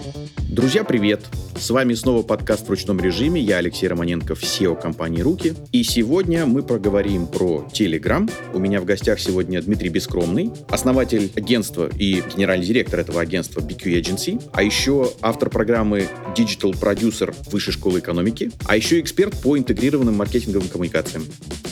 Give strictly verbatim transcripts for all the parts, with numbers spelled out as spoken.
Друзья, привет! С вами снова подкаст в ручном режиме. Я Алексей Романенков, си и о компании «Руки». И сегодня мы поговорим про Telegram. У меня в гостях сегодня Дмитрий Бескромный, основатель агентства и генеральный директор этого агентства би кью Agency, а еще автор программы Digital Producer Высшей школы экономики, а еще эксперт по интегрированным маркетинговым коммуникациям.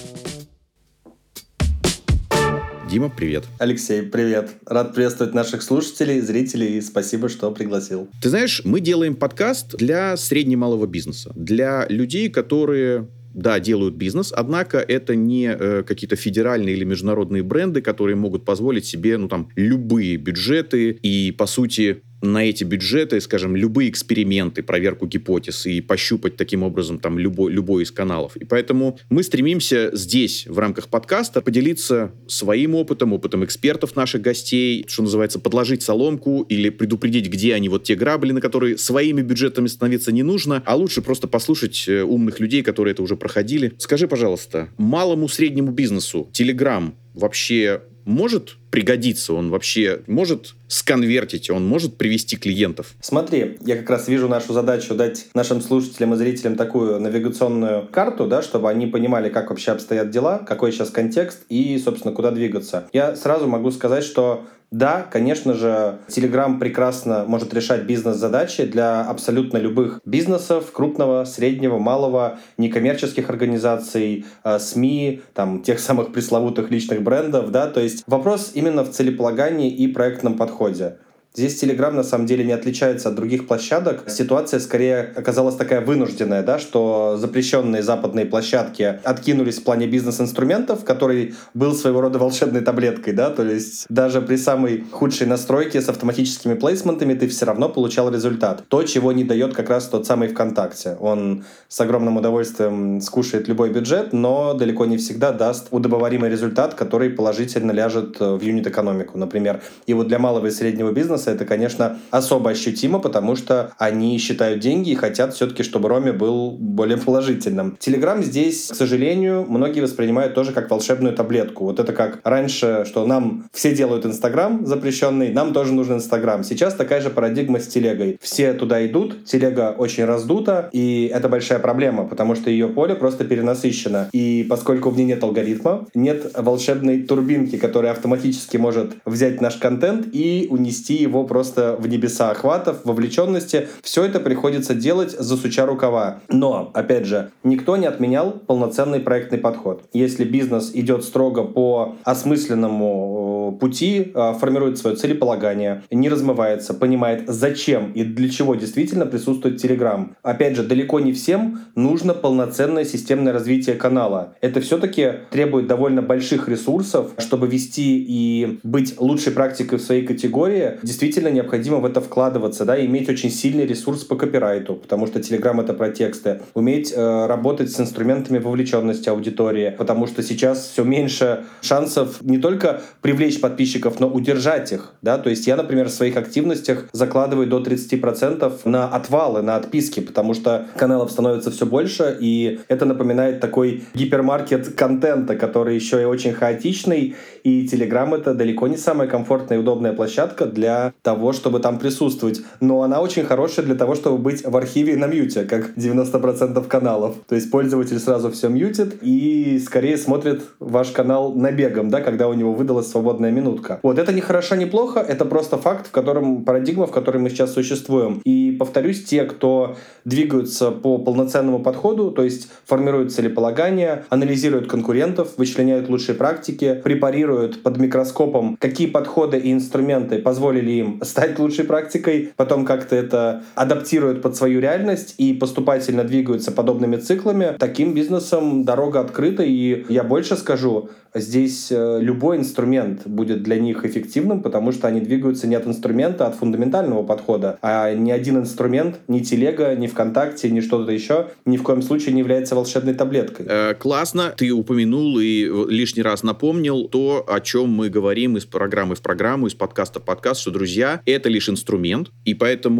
Дима, привет. Алексей, привет. Рад приветствовать наших слушателей, зрителей, и спасибо, что пригласил. Ты знаешь, мы делаем подкаст для средне-малого бизнеса, для людей, которые... Да, делают бизнес, однако это не э, какие-то федеральные или международные бренды, которые могут позволить себе, ну, там, любые бюджеты и, по сути, на эти бюджеты, скажем, любые эксперименты, проверку гипотез и пощупать таким образом там любой, любой из каналов. И поэтому мы стремимся здесь, в рамках подкаста, поделиться своим опытом, опытом экспертов, наших гостей, что называется, подложить соломку или предупредить, где они, вот те грабли, на которые своими бюджетами становиться не нужно, а лучше просто послушать умных людей, которые это уже проходили. Скажи, пожалуйста, малому среднему бизнесу Telegram вообще может пригодиться? Он вообще может сконвертить? Он может привести клиентов? Смотри, я как раз вижу нашу задачу дать нашим слушателям и зрителям такую навигационную карту, да, чтобы они понимали, как вообще обстоят дела, какой сейчас контекст и, собственно, куда двигаться. Я сразу могу сказать, что да, конечно же, Telegram прекрасно может решать бизнес-задачи для абсолютно любых бизнесов, крупного, среднего, малого, некоммерческих организаций, СМИ, там, тех самых пресловутых личных брендов, да, то есть вопрос именно в целеполагании и проектном подходе. Здесь Telegram на самом деле не отличается от других площадок. Ситуация скорее оказалась такая вынужденная, да, что запрещенные западные площадки откинулись в плане бизнес-инструментов, который был своего рода волшебной таблеткой, да, то есть даже при самой худшей настройке с автоматическими плейсментами ты все равно получал результат. То, чего не дает как раз тот самый ВКонтакте. Он с огромным удовольствием скушает любой бюджет, но далеко не всегда даст удобоваримый результат, который положительно ляжет в юнит-экономику, например. И вот для малого и среднего бизнеса это, конечно, особо ощутимо, потому что они считают деньги и хотят все-таки, чтобы роми был более положительным. Telegram здесь, к сожалению, многие воспринимают тоже как волшебную таблетку. Вот это как раньше, что нам все делают Инстаграм запрещенный, нам тоже нужен Инстаграм. Сейчас такая же парадигма с телегой. Все туда идут, телега очень раздута, и это большая проблема, потому что ее поле просто перенасыщено. И поскольку в ней нет алгоритма, нет волшебной турбинки, которая автоматически может взять наш контент и унести его его просто в небеса охватов, вовлеченности. Все это приходится делать, засуча рукава. Но, опять же, никто не отменял полноценный проектный подход. Если бизнес идет строго по осмысленному пути, формирует свое целеполагание, не размывается, понимает, зачем и для чего действительно присутствует Telegram. Опять же, далеко не всем нужно полноценное системное развитие канала. Это все-таки требует довольно больших ресурсов, чтобы вести и быть лучшей практикой в своей категории. Действительно необходимо в это вкладываться, да, и иметь очень сильный ресурс по копирайту, потому что Telegram — это про тексты. Уметь э, работать с инструментами вовлеченности аудитории, потому что сейчас все меньше шансов не только привлечь подписчиков, но удержать их, да, то есть я, например, в своих активностях закладываю до тридцать процентов на отвалы, на отписки, потому что каналов становится все больше, и это напоминает такой гипермаркет контента, который еще и очень хаотичный, и Telegram — это далеко не самая комфортная и удобная площадка для того, чтобы там присутствовать. Но она очень хорошая для того, чтобы быть в архиве на мьюте, как девяносто процентов каналов. То есть пользователь сразу все мьютит и скорее смотрит ваш канал набегом, да, когда у него выдалась свободная минутка. Вот это не хорошо, не плохо, это просто факт, в котором парадигма, в которой мы сейчас существуем. И повторюсь, те, кто двигаются по полноценному подходу, то есть формируют целеполагание, анализируют конкурентов, вычленяют лучшие практики, препарируют под микроскопом, какие подходы и инструменты позволили им стать лучшей практикой, потом как-то это адаптируют под свою реальность и поступательно двигаются подобными циклами, таким бизнесом дорога открыта. И я больше скажу, здесь любой инструмент будет для них эффективным, потому что они двигаются не от инструмента, а от фундаментального подхода. А ни один инструмент, ни телега, ни ВКонтакте, ни что-то еще ни в коем случае не является волшебной таблеткой. Э, классно. Ты упомянул и лишний раз напомнил то, о чем мы говорим из программы в программу, из подкаста в подкаст, что, друзья, это лишь инструмент, и поэтому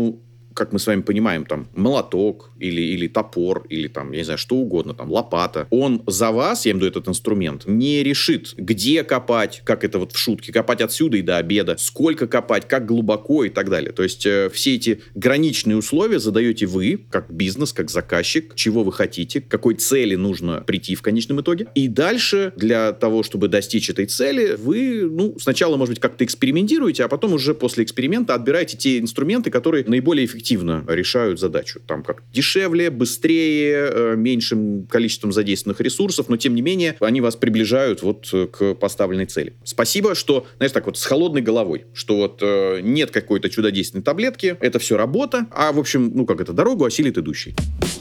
как мы с вами понимаем, там, молоток или, или топор, или там, я не знаю, что угодно, там, лопата, он за вас, я имею в виду этот инструмент, не решит, где копать, как это вот в шутке, копать отсюда и до обеда, сколько копать, как глубоко и так далее. То есть э, все эти граничные условия задаете вы, как бизнес, как заказчик, чего вы хотите, к какой цели нужно прийти в конечном итоге. И дальше для того, чтобы достичь этой цели, вы, ну, сначала, может быть, как-то экспериментируете, а потом уже после эксперимента отбираете те инструменты, которые наиболее эффективно решают задачу. Там как дешевле, быстрее, э, меньшим количеством задействованных ресурсов, но тем не менее они вас приближают вот к поставленной цели. Спасибо, что, знаешь, так вот с холодной головой, что вот э, нет какой-то чудодейственной таблетки, это все работа, а в общем, ну как это, дорогу осилит идущий.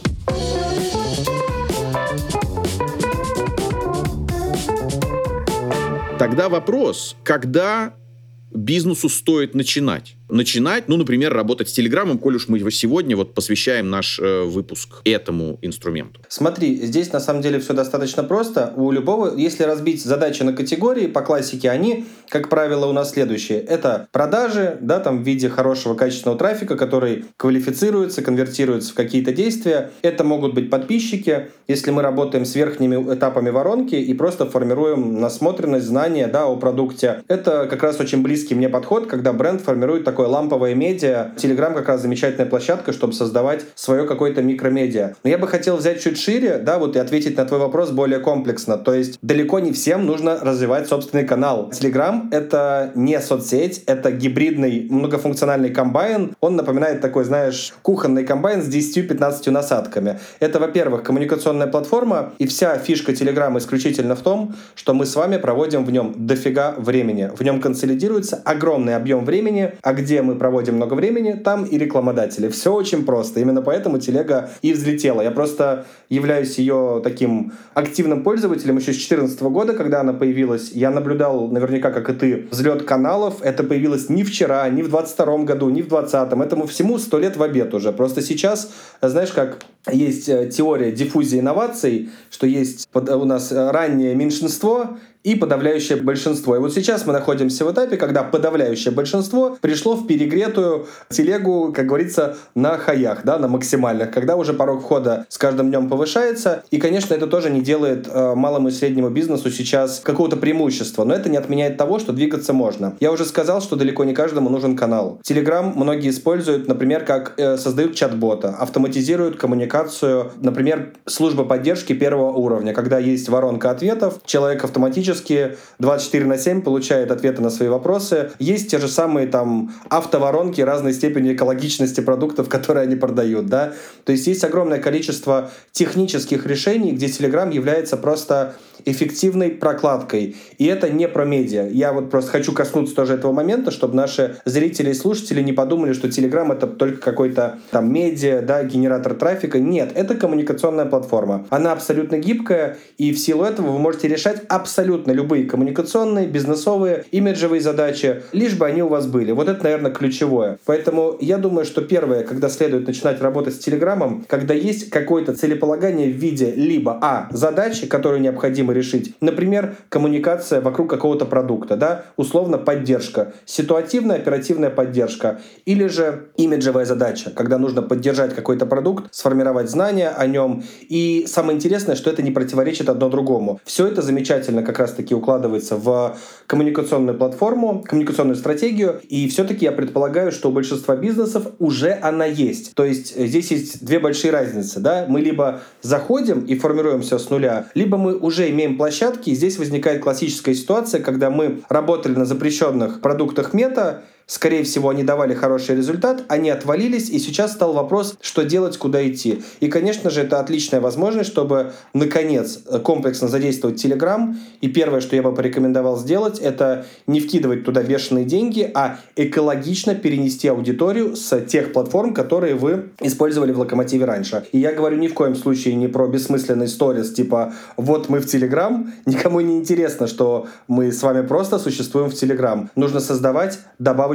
Тогда вопрос, когда бизнесу стоит начинать? Начинать, ну, например, работать с Телеграмом, коль уж мы его сегодня вот посвящаем наш э, выпуск этому инструменту. Смотри, здесь на самом деле все достаточно просто. У любого, если разбить задачи на категории, по классике они, как правило, у нас следующие. Это продажи, да, там в виде хорошего качественного трафика, который квалифицируется, конвертируется в какие-то действия. Это могут быть подписчики, если мы работаем с верхними этапами воронки и просто формируем насмотренность, знания, да, о продукте. Это как раз очень близкий мне подход, когда бренд формирует такой ламповое медиа. Telegram как раз замечательная площадка, чтобы создавать свое какое-то микромедиа. Но я бы хотел взять чуть шире, да, вот и ответить на твой вопрос более комплексно. То есть далеко не всем нужно развивать собственный канал. Telegram — это не соцсеть, это гибридный многофункциональный комбайн. Он напоминает такой, знаешь, кухонный комбайн с десятью-пятнадцатью насадками. Это, во-первых, коммуникационная платформа, и вся фишка Telegram исключительно в том, что мы с вами проводим в нем дофига времени. В нем консолидируется огромный объем времени, а где мы проводим много времени, там и рекламодатели. Все очень просто. Именно поэтому телега и взлетела. Я просто являюсь ее таким активным пользователем еще с две тысячи четырнадцатого года, когда она появилась. Я наблюдал, наверняка, как и ты, взлет каналов. Это появилось не вчера, не в двадцать втором году, не в двадцатом. Этому всему сто лет в обед уже. Просто сейчас, знаешь, как есть теория диффузии инноваций, что есть у нас раннее меньшинство и подавляющее большинство. И вот сейчас мы находимся в этапе, когда подавляющее большинство пришло в перегретую телегу, как говорится, на хаях, да, на максимальных, когда уже порог входа с каждым днем повышается. И, конечно, это тоже не делает э, малому и среднему бизнесу сейчас какого-то преимущества, но это не отменяет того, что двигаться можно. Я уже сказал, что далеко не каждому нужен канал. Telegram многие используют, например, как э, создают чат-бота, автоматизируют коммуникацию, например, служба поддержки первого уровня, когда есть воронка ответов, человек автоматически двадцать четыре на семь получает ответы на свои вопросы. Есть те же самые там автоворонки разной степени экологичности продуктов, которые они продают, да. То есть есть огромное количество технических решений, где Telegram является просто эффективной прокладкой. И это не про медиа. Я вот просто хочу коснуться тоже этого момента, чтобы наши зрители и слушатели не подумали, что Telegram — это только какой-то там медиа, да, генератор трафика. Нет, это коммуникационная платформа. Она абсолютно гибкая, и в силу этого вы можете решать абсолютно любые коммуникационные, бизнесовые, имиджевые задачи, лишь бы они у вас были. Вот это, наверное, ключевое. Поэтому я думаю, что первое, когда следует начинать работать с Telegram, когда есть какое-то целеполагание в виде либо а. задачи, которые необходимо решить. Например, коммуникация вокруг какого-то продукта, да, условно поддержка, ситуативная оперативная поддержка, или же имиджевая задача, когда нужно поддержать какой-то продукт, сформировать знания о нем. И самое интересное, что это не противоречит одно другому. Все это замечательно как раз-таки укладывается в коммуникационную платформу, коммуникационную стратегию, и все-таки я предполагаю, что у большинства бизнесов уже она есть. То есть здесь есть две большие разницы, да, мы либо заходим и формируем все с нуля, либо мы уже имеем имеем площадки, и здесь возникает классическая ситуация, когда мы работали на запрещенных продуктах мета, скорее всего, они давали хороший результат, они отвалились, и сейчас стал вопрос, что делать, куда идти. И, конечно же, это отличная возможность, чтобы, наконец, комплексно задействовать Telegram. И первое, что я бы порекомендовал сделать, это не вкидывать туда бешеные деньги, а экологично перенести аудиторию с тех платформ, которые вы использовали в Локомотиве раньше. И я говорю ни в коем случае не про бессмысленный сторис, типа «вот мы в Telegram». Никому не интересно, что мы с вами просто существуем в Telegram. Нужно создавать добавочные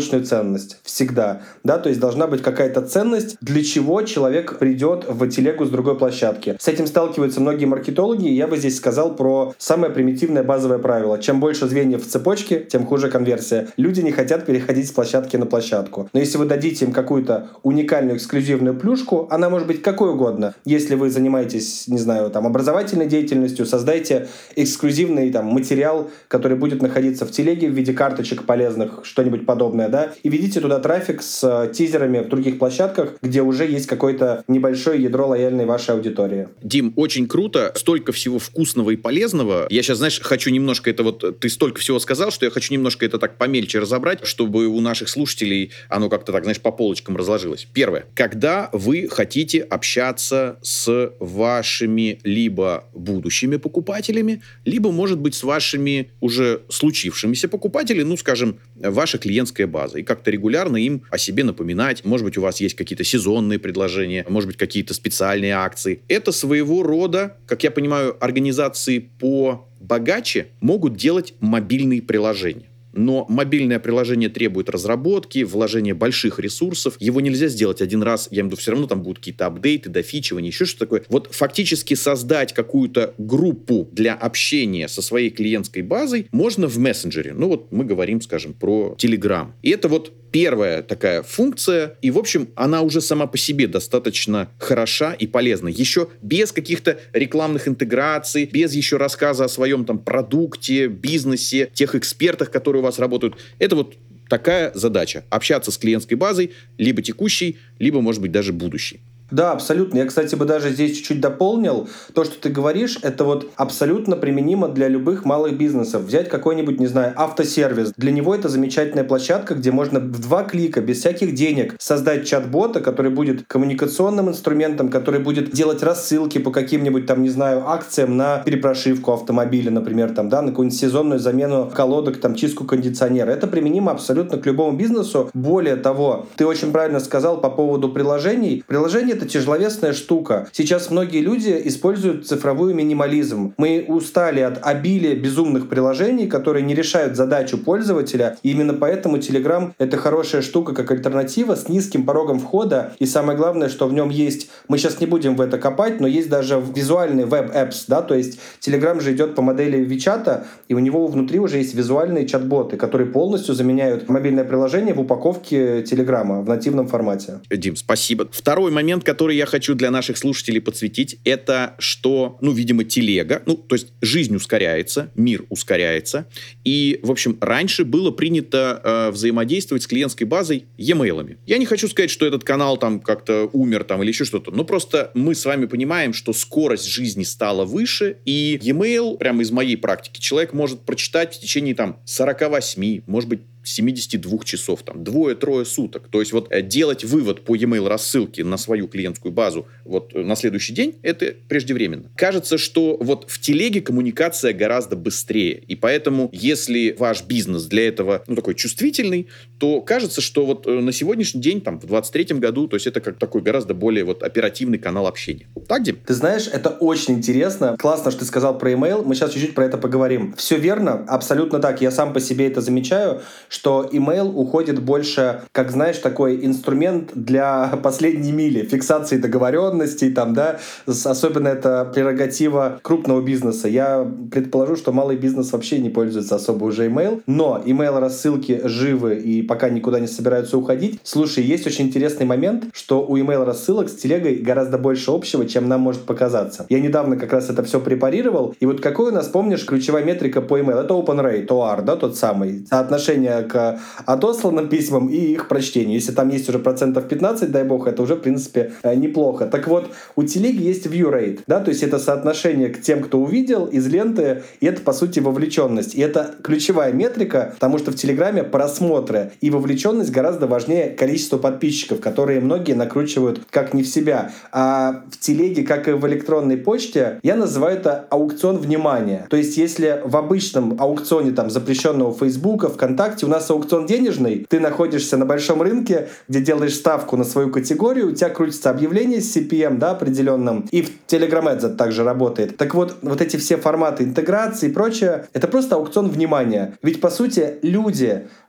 добавочную ценность. Всегда. Да, то есть должна быть какая-то ценность, для чего человек придет в телегу с другой площадки. С этим сталкиваются многие маркетологи, и я бы здесь сказал про самое примитивное базовое правило. Чем больше звеньев в цепочке, тем хуже конверсия. Люди не хотят переходить с площадки на площадку. Но если вы дадите им какую-то уникальную эксклюзивную плюшку, она может быть какой угодно. Если вы занимаетесь, не знаю, там, образовательной деятельностью, создайте эксклюзивный там, материал, который будет находиться в телеге в виде карточек полезных, что-нибудь подобное, да, и ведите туда трафик с тизерами в других площадках, где уже есть какое-то небольшое ядро лояльной вашей аудитории. Дим, очень круто, столько всего вкусного и полезного. Я сейчас, знаешь, хочу немножко это вот, ты столько всего сказал, что я хочу немножко это так помельче разобрать, чтобы у наших слушателей оно как-то так, знаешь, по полочкам разложилось. Первое. Когда вы хотите общаться с вашими либо будущими покупателями, либо, может быть, с вашими уже случившимися покупателями, ну, скажем, ваша клиентская база, и как-то регулярно им о себе напоминать. Может быть, у вас есть какие-то сезонные предложения, может быть, какие-то специальные акции. Это своего рода, как я понимаю, организации побогаче могут делать мобильные приложения. Но мобильное приложение требует разработки, вложения больших ресурсов. Его нельзя сделать один раз. Я имею в виду, все равно там будут какие-то апдейты, дофичивания, еще что-то такое. Вот фактически создать какую-то группу для общения со своей клиентской базой можно в мессенджере. Ну вот мы говорим, скажем, про Telegram. И это вот первая такая функция, и, в общем, она уже сама по себе достаточно хороша и полезна. Еще без каких-то рекламных интеграций, без еще рассказа о своем там продукте, бизнесе, тех экспертах, которые у вас работают. Это вот такая задача. Общаться с клиентской базой, либо текущей, либо, может быть, даже будущей. Да, абсолютно. Я, кстати, бы даже здесь чуть-чуть дополнил. То, что ты говоришь, это вот абсолютно применимо для любых малых бизнесов. Взять какой-нибудь, не знаю, автосервис. Для него это замечательная площадка, где можно в два клика, без всяких денег, создать чат-бота, который будет коммуникационным инструментом, который будет делать рассылки по каким-нибудь там, не знаю, акциям на перепрошивку автомобиля, например, там, да, на какую-нибудь сезонную замену колодок, там, чистку кондиционера. Это применимо абсолютно к любому бизнесу. Более того, ты очень правильно сказал по поводу приложений. Приложение — это тяжеловесная штука. Сейчас многие люди используют цифровой минимализм. Мы устали от обилия безумных приложений, которые не решают задачу пользователя. И именно поэтому Telegram — это хорошая штука как альтернатива с низким порогом входа. И самое главное, что в нем есть, мы сейчас не будем в это копать, но есть даже визуальные веб-эпс, да, то есть Telegram же идет по модели WeChat, и у него внутри уже есть визуальные чат-боты, которые полностью заменяют мобильное приложение в упаковке Telegram в нативном формате. Дим, спасибо. Второй момент, который я хочу для наших слушателей подсветить, это что, ну, видимо, телега, ну, то есть жизнь ускоряется, мир ускоряется, и, в общем, раньше было принято э, взаимодействовать с клиентской базой e-mail'ами. Я не хочу сказать, что этот канал там как-то умер там или еще что-то, но просто мы с вами понимаем, что скорость жизни стала выше, и e-mail, прямо из моей практики, человек может прочитать в течение там сорок восемь, может быть, семьдесят два часов, там, двое-трое суток. То есть вот делать вывод по e-mail рассылке на свою клиентскую базу вот на следующий день, это преждевременно. Кажется, что вот в телеге коммуникация гораздо быстрее. И поэтому, если ваш бизнес для этого, ну, такой чувствительный, то кажется, что вот на сегодняшний день, там, в двадцать третьем году, то есть это как такой гораздо более вот оперативный канал общения. Так, Дим? Ты знаешь, это очень интересно. Классно, что ты сказал про email. Мы сейчас чуть-чуть про это поговорим. Все верно, абсолютно так. Я сам по себе это замечаю, что email уходит больше, как, знаешь, такой инструмент для последней мили, фиксации договоренностей, там, да, особенно это прерогатива крупного бизнеса. Я предположу, что малый бизнес вообще не пользуется особо уже email, но email-рассылки живы и пока никуда не собираются уходить. Слушай, есть очень интересный момент, что у email-рассылок с телегой гораздо больше общего, чем нам может показаться. Я недавно как раз это все препарировал, и вот какой у нас, помнишь, ключевая метрика по email? Это open rate, о ар, да, тот самый, соотношение к отосланным письмам и их прочтению. Если там есть уже процентов пятнадцать, дай бог, это уже, в принципе, неплохо. Так вот, у телеги есть view rate, да, то есть это соотношение к тем, кто увидел из ленты, и это, по сути, вовлеченность. И это ключевая метрика, потому что в Телеграме просмотры и вовлеченность гораздо важнее количества подписчиков, которые многие накручивают как не в себя. А в телеге, как и в электронной почте, я называю это аукцион внимания. То есть если в обычном аукционе там, запрещенного Фейсбука, ВКонтакте, у нас аукцион денежный, ты находишься на большом рынке, где делаешь ставку на свою категорию, у тебя крутится объявление с си пи эм, да, определенным, и в Telegram Ads это также работает. Так вот, вот эти все форматы интеграции и прочее, это просто аукцион внимания. Ведь, по сути, люди,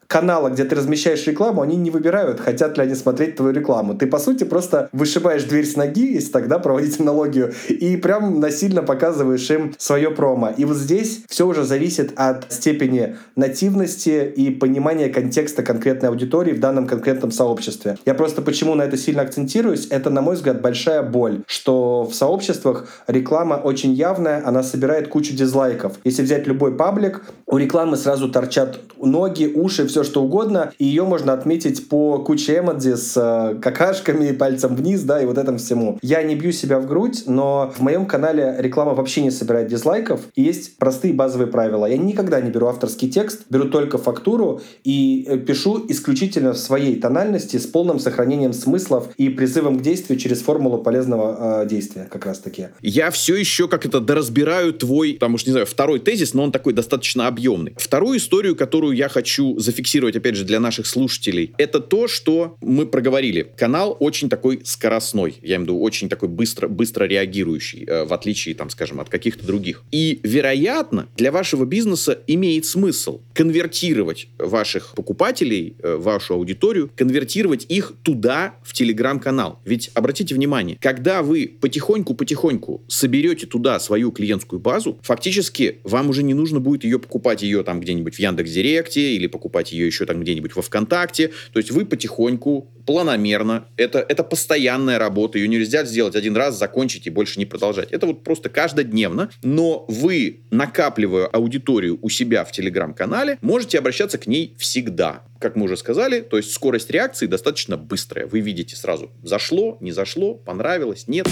канала, где ты размещаешь рекламу, они не выбирают, хотят ли они смотреть твою рекламу. Ты, по сути, просто вышибаешь дверь с ноги, если тогда проводить аналогию, и прям насильно показываешь им свое промо. И вот здесь все уже зависит от степени нативности и понимания контекста конкретной аудитории в данном конкретном сообществе. Я просто почему на это сильно акцентируюсь, это, на мой взгляд, большая боль, что в сообществах реклама очень явная, она собирает кучу дизлайков. Если взять любой паблик, у рекламы сразу торчат ноги, уши, все что угодно, и ее можно отметить по куче эмодзи с э, какашками, пальцем вниз, да, и вот этому всему. Я не бью себя в грудь, но в моем канале реклама вообще не собирает дизлайков, и есть простые базовые правила. Я никогда не беру авторский текст, беру только фактуру и э, пишу исключительно в своей тональности с полным сохранением смыслов и призывом к действию через формулу полезного э, действия, как раз таки. Я все еще как это доразбираю твой, там уж не знаю, второй тезис, но он такой достаточно объемный. Вторую историю, которую я хочу зафиксировать, опять же, для наших слушателей, это то, что мы проговорили. Канал очень такой скоростной, я имею в виду, очень такой быстро, быстро реагирующий, э, в отличие, там, скажем, от каких-то других. И, вероятно, для вашего бизнеса имеет смысл конвертировать ваших покупателей, э, вашу аудиторию, конвертировать их туда, в Телеграм-канал. Ведь, обратите внимание, когда вы потихоньку-потихоньку соберете туда свою клиентскую базу, фактически вам уже не нужно будет ее покупать ее там где-нибудь в Яндекс.Директе или покупать ее еще там где-нибудь во ВКонтакте. То есть вы потихоньку, планомерно, это, это постоянная работа, ее нельзя сделать один раз, закончить и больше не продолжать. Это вот просто каждодневно, но вы, накапливая аудиторию у себя в Телеграм-канале, можете обращаться к ней всегда. Как мы уже сказали, то есть скорость реакции достаточно быстрая. Вы видите сразу, зашло, не зашло, понравилось, нет.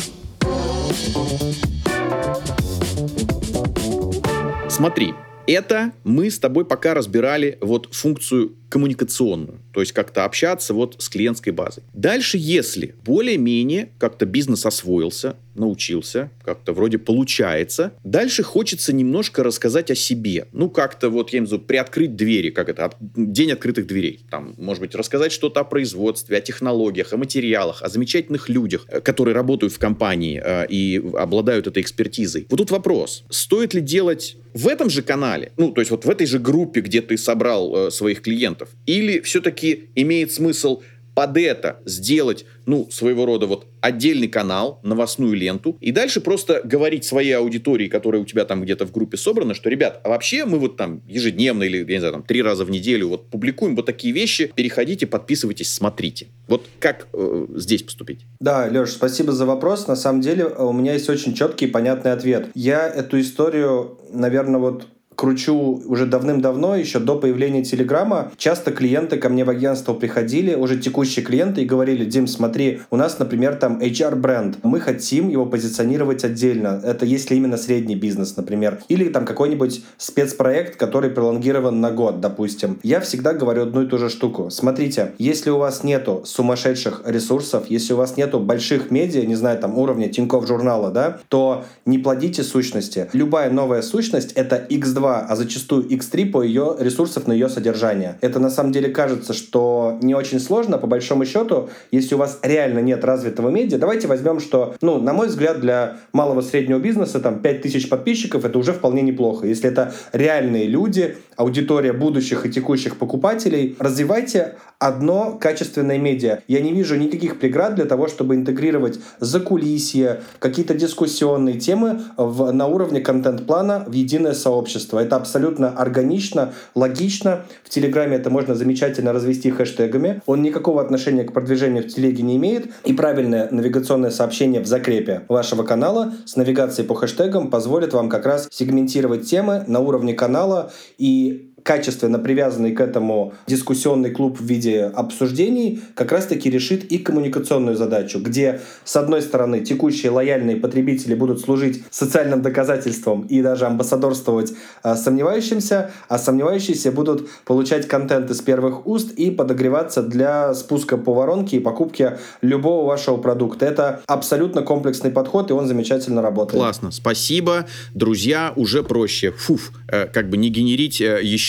Смотри, это мы с тобой пока разбирали вот функцию коммуникационную, то есть как-то общаться вот с клиентской базой. Дальше, если более-менее как-то бизнес освоился, научился, как-то вроде получается, дальше хочется немножко рассказать о себе. Ну, как-то вот, я имею в виду, приоткрыть двери, как это, от, день открытых дверей. Там, может быть, рассказать что-то о производстве, о технологиях, о материалах, о замечательных людях, которые работают в компании э, и обладают этой экспертизой. Вот тут вопрос, стоит ли делать в этом же канале, ну, то есть вот в этой же группе, где ты собрал э, своих клиентов, или все-таки имеет смысл под это сделать, ну, своего рода вот отдельный канал, новостную ленту, и дальше просто говорить своей аудитории, которая у тебя там где-то в группе собрана, что, ребят, а вообще мы вот там ежедневно или, я не знаю, там, три раза в неделю вот публикуем вот такие вещи, переходите, подписывайтесь, смотрите. Вот как э, здесь поступить? Да, Леш, спасибо за вопрос. На самом деле у меня есть очень четкий и понятный ответ. Я эту историю, наверное, вот кручу уже давным-давно, еще до появления Телеграма. Часто клиенты ко мне в агентство приходили, уже текущие клиенты, и говорили: Дим, смотри, у нас, например, там эйч ар-бренд, мы хотим его позиционировать отдельно. Это если именно средний бизнес, например. Или там какой-нибудь спецпроект, который пролонгирован на год, допустим. Я всегда говорю одну и ту же штуку. Смотрите, если у вас нету сумасшедших ресурсов, если у вас нету больших медиа, не знаю, там уровня Тинькофф журнала, да, то не плодите сущности. Любая новая сущность — это икс два, а зачастую икс три по ее ресурсов на ее содержание. Это на самом деле кажется, что не очень сложно, по большому счету, если у вас реально нет развитого медиа. Давайте возьмем, что, ну, на мой взгляд, для малого среднего бизнеса там пять тысяч подписчиков — это уже вполне неплохо. Если это реальные люди, аудитория будущих и текущих покупателей, развивайте одно качественное медиа. Я не вижу никаких преград для того, чтобы интегрировать закулисье, какие-то дискуссионные темы в, на уровне контент-плана в единое сообщество. Это абсолютно органично, логично. В Телеграме это можно замечательно развести хэштегами. Он никакого отношения к продвижению в Телеге не имеет. И правильное навигационное сообщение в закрепе вашего канала с навигацией по хэштегам позволит вам как раз сегментировать темы на уровне канала, и качественно привязанный к этому дискуссионный клуб в виде обсуждений как раз-таки решит и коммуникационную задачу, где, с одной стороны, текущие лояльные потребители будут служить социальным доказательством и даже амбассадорствовать а, сомневающимся, а сомневающиеся будут получать контент из первых уст и подогреваться для спуска по воронке и покупки любого вашего продукта. Это абсолютно комплексный подход, и он замечательно работает. Классно, спасибо. Друзья, уже проще. Фуф, э, как бы не генерить э, еще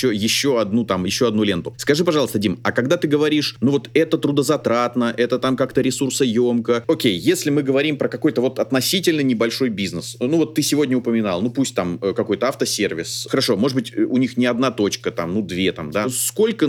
еще, еще одну там, еще одну ленту. Скажи, пожалуйста, Дим, а когда ты говоришь, ну вот это трудозатратно, это там как-то ресурсоемко. Окей, если мы говорим про какой-то вот относительно небольшой бизнес, ну вот ты сегодня упоминал, ну пусть там какой-то автосервис. Хорошо, может быть, у них не одна точка там, ну две там, да. Сколько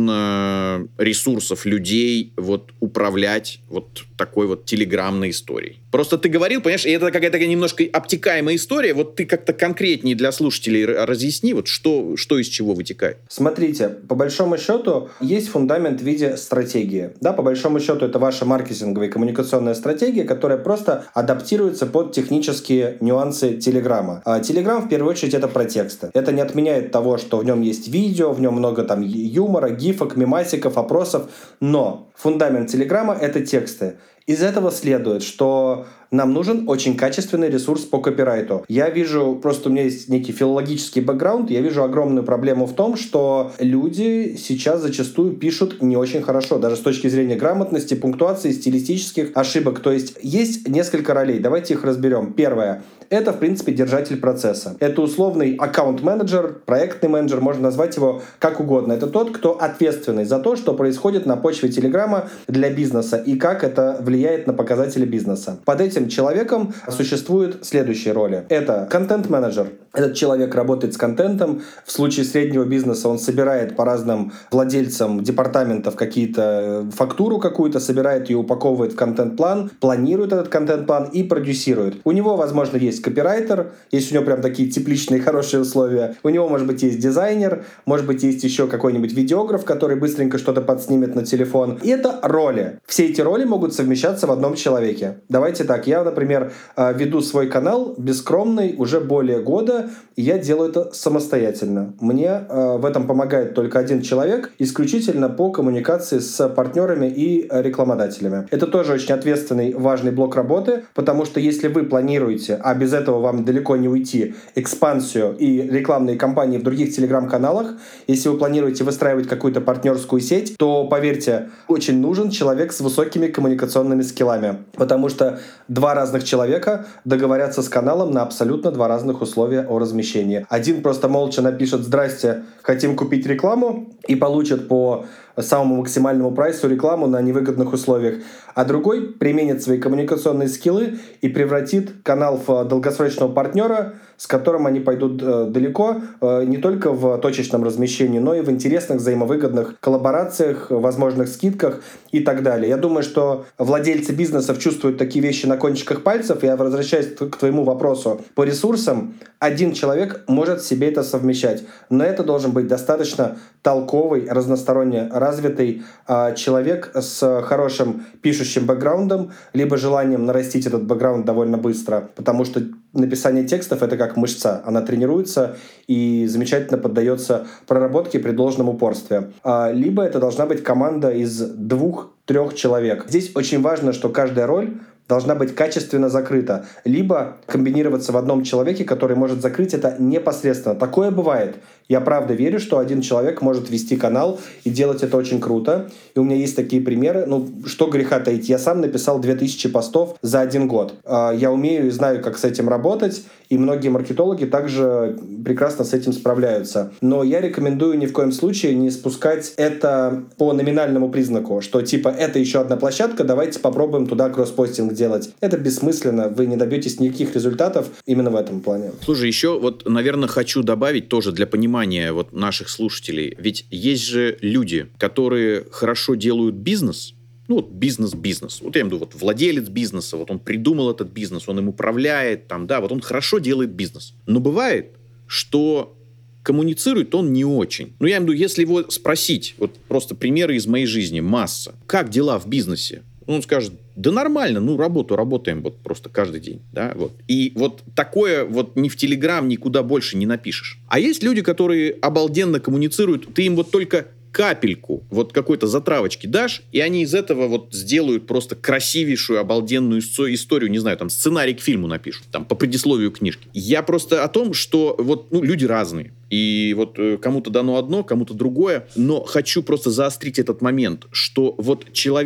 нужно ресурсов, людей вот управлять вот такой вот телеграммной историей? Просто ты говорил, понимаешь, и это какая-то немножко обтекаемая история, вот ты как-то конкретнее для слушателей разъясни, вот что, что из чего вытекает. Смотрите, по большому счету есть фундамент в виде стратегии. Да, по большому счету это ваша маркетинговая и коммуникационная стратегия, которая просто адаптируется под технические нюансы Телеграма. А Телеграм в первую очередь это про тексты. Это не отменяет того, что в нем есть видео, в нем много там юмора, гифок, мемасиков, опросов, но фундамент Телеграма это тексты. Из этого следует, что нам нужен очень качественный ресурс по копирайту. Я вижу, просто у меня есть некий филологический бэкграунд, я вижу огромную проблему в том, что люди сейчас зачастую пишут не очень хорошо, даже с точки зрения грамотности, пунктуации, стилистических ошибок. То есть есть несколько ролей, давайте их разберем. Первое. Это, в принципе, держатель процесса. Это условный аккаунт-менеджер, проектный менеджер, можно назвать его как угодно. Это тот, кто ответственный за то, что происходит на почве Телеграма для бизнеса и как это влияет на показатели бизнеса. Под этим человеком существуют следующие роли. Это контент-менеджер. Этот человек работает с контентом. В случае среднего бизнеса он собирает по разным владельцам департаментов какие-то фактуру какую-то, собирает ее, упаковывает в контент-план, планирует этот контент-план и продюсирует. У него, возможно, есть копирайтер, есть у него прям такие тепличные хорошие условия. У него, может быть, есть дизайнер, может быть, есть еще какой-нибудь видеограф, который быстренько что-то подснимет на телефон. И это роли. Все эти роли могут совмещаться в одном человеке. Давайте так, я, например, веду свой канал бескромный уже более года, и я делаю это самостоятельно. Мне в этом помогает только один человек, исключительно по коммуникации с партнерами и рекламодателями. Это тоже очень ответственный, важный блок работы, потому что если вы планируете, а без этого вам далеко не уйти, экспансию и рекламные кампании в других телеграм-каналах, если вы планируете выстраивать какую-то партнерскую сеть, то, поверьте, очень нужен человек с высокими коммуникационными скиллами, потому что два разных человека договорятся с каналом на абсолютно два разных условия о размещении. Один просто молча напишет «Здрасте, хотим купить рекламу» и получит по самому максимальному прайсу рекламу на невыгодных условиях, а другой применит свои коммуникационные скиллы и превратит канал в долгосрочного партнера, с которым они пойдут э, далеко, э, не только в точечном размещении, но и в интересных взаимовыгодных коллаборациях, возможных скидках и так далее. Я думаю, что владельцы бизнесов чувствуют такие вещи на кончиках пальцев. Я возвращаюсь к твоему вопросу. По ресурсам один человек может себе это совмещать, но это должен быть достаточно толковый, разносторонне развитый э, человек с хорошим пишущим бэкграундом, либо желанием нарастить этот бэкграунд довольно быстро, потому что написание текстов — это как мышца. Она тренируется и замечательно поддается проработке при должном упорстве. А, либо это должна быть команда из двух-трех человек. Здесь очень важно, что каждая роль должна быть качественно закрыта, либо комбинироваться в одном человеке, который может закрыть это непосредственно. Такое бывает. Я правда верю, что один человек может вести канал и делать это очень круто. И у меня есть такие примеры. Ну, что греха таить. Я сам написал две тысячи постов за один год. Я умею и знаю, как с этим работать. И многие маркетологи также прекрасно с этим справляются. Но я рекомендую ни в коем случае не спускать это по номинальному признаку, что типа это еще одна площадка, давайте попробуем туда кросспостинг делать. Это бессмысленно, вы не добьетесь никаких результатов именно в этом плане. Слушай, еще вот, наверное, хочу добавить тоже для понимания вот наших слушателей. Ведь есть же люди, которые хорошо делают бизнес. Ну, вот бизнес-бизнес. Вот я имею в виду, вот владелец бизнеса, вот он придумал этот бизнес, он им управляет, там, да, вот он хорошо делает бизнес. Но бывает, что коммуницирует он не очень. Ну, я имею в виду, если его спросить, вот просто примеры из моей жизни, масса. Как дела в бизнесе? Он скажет, да нормально, ну, работу работаем вот просто каждый день, да, вот. И вот такое вот ни в Телеграм никуда больше не напишешь. А есть люди, которые обалденно коммуницируют, ты им вот только капельку вот какой-то затравочки дашь, и они из этого вот сделают просто красивейшую, обалденную историю, не знаю, там, сценарий к фильму напишут, там, по предисловию книжки. Я просто о том, что вот, ну, люди разные. И вот э, кому-то дано одно, кому-то другое. Но хочу просто заострить этот момент, что вот человек,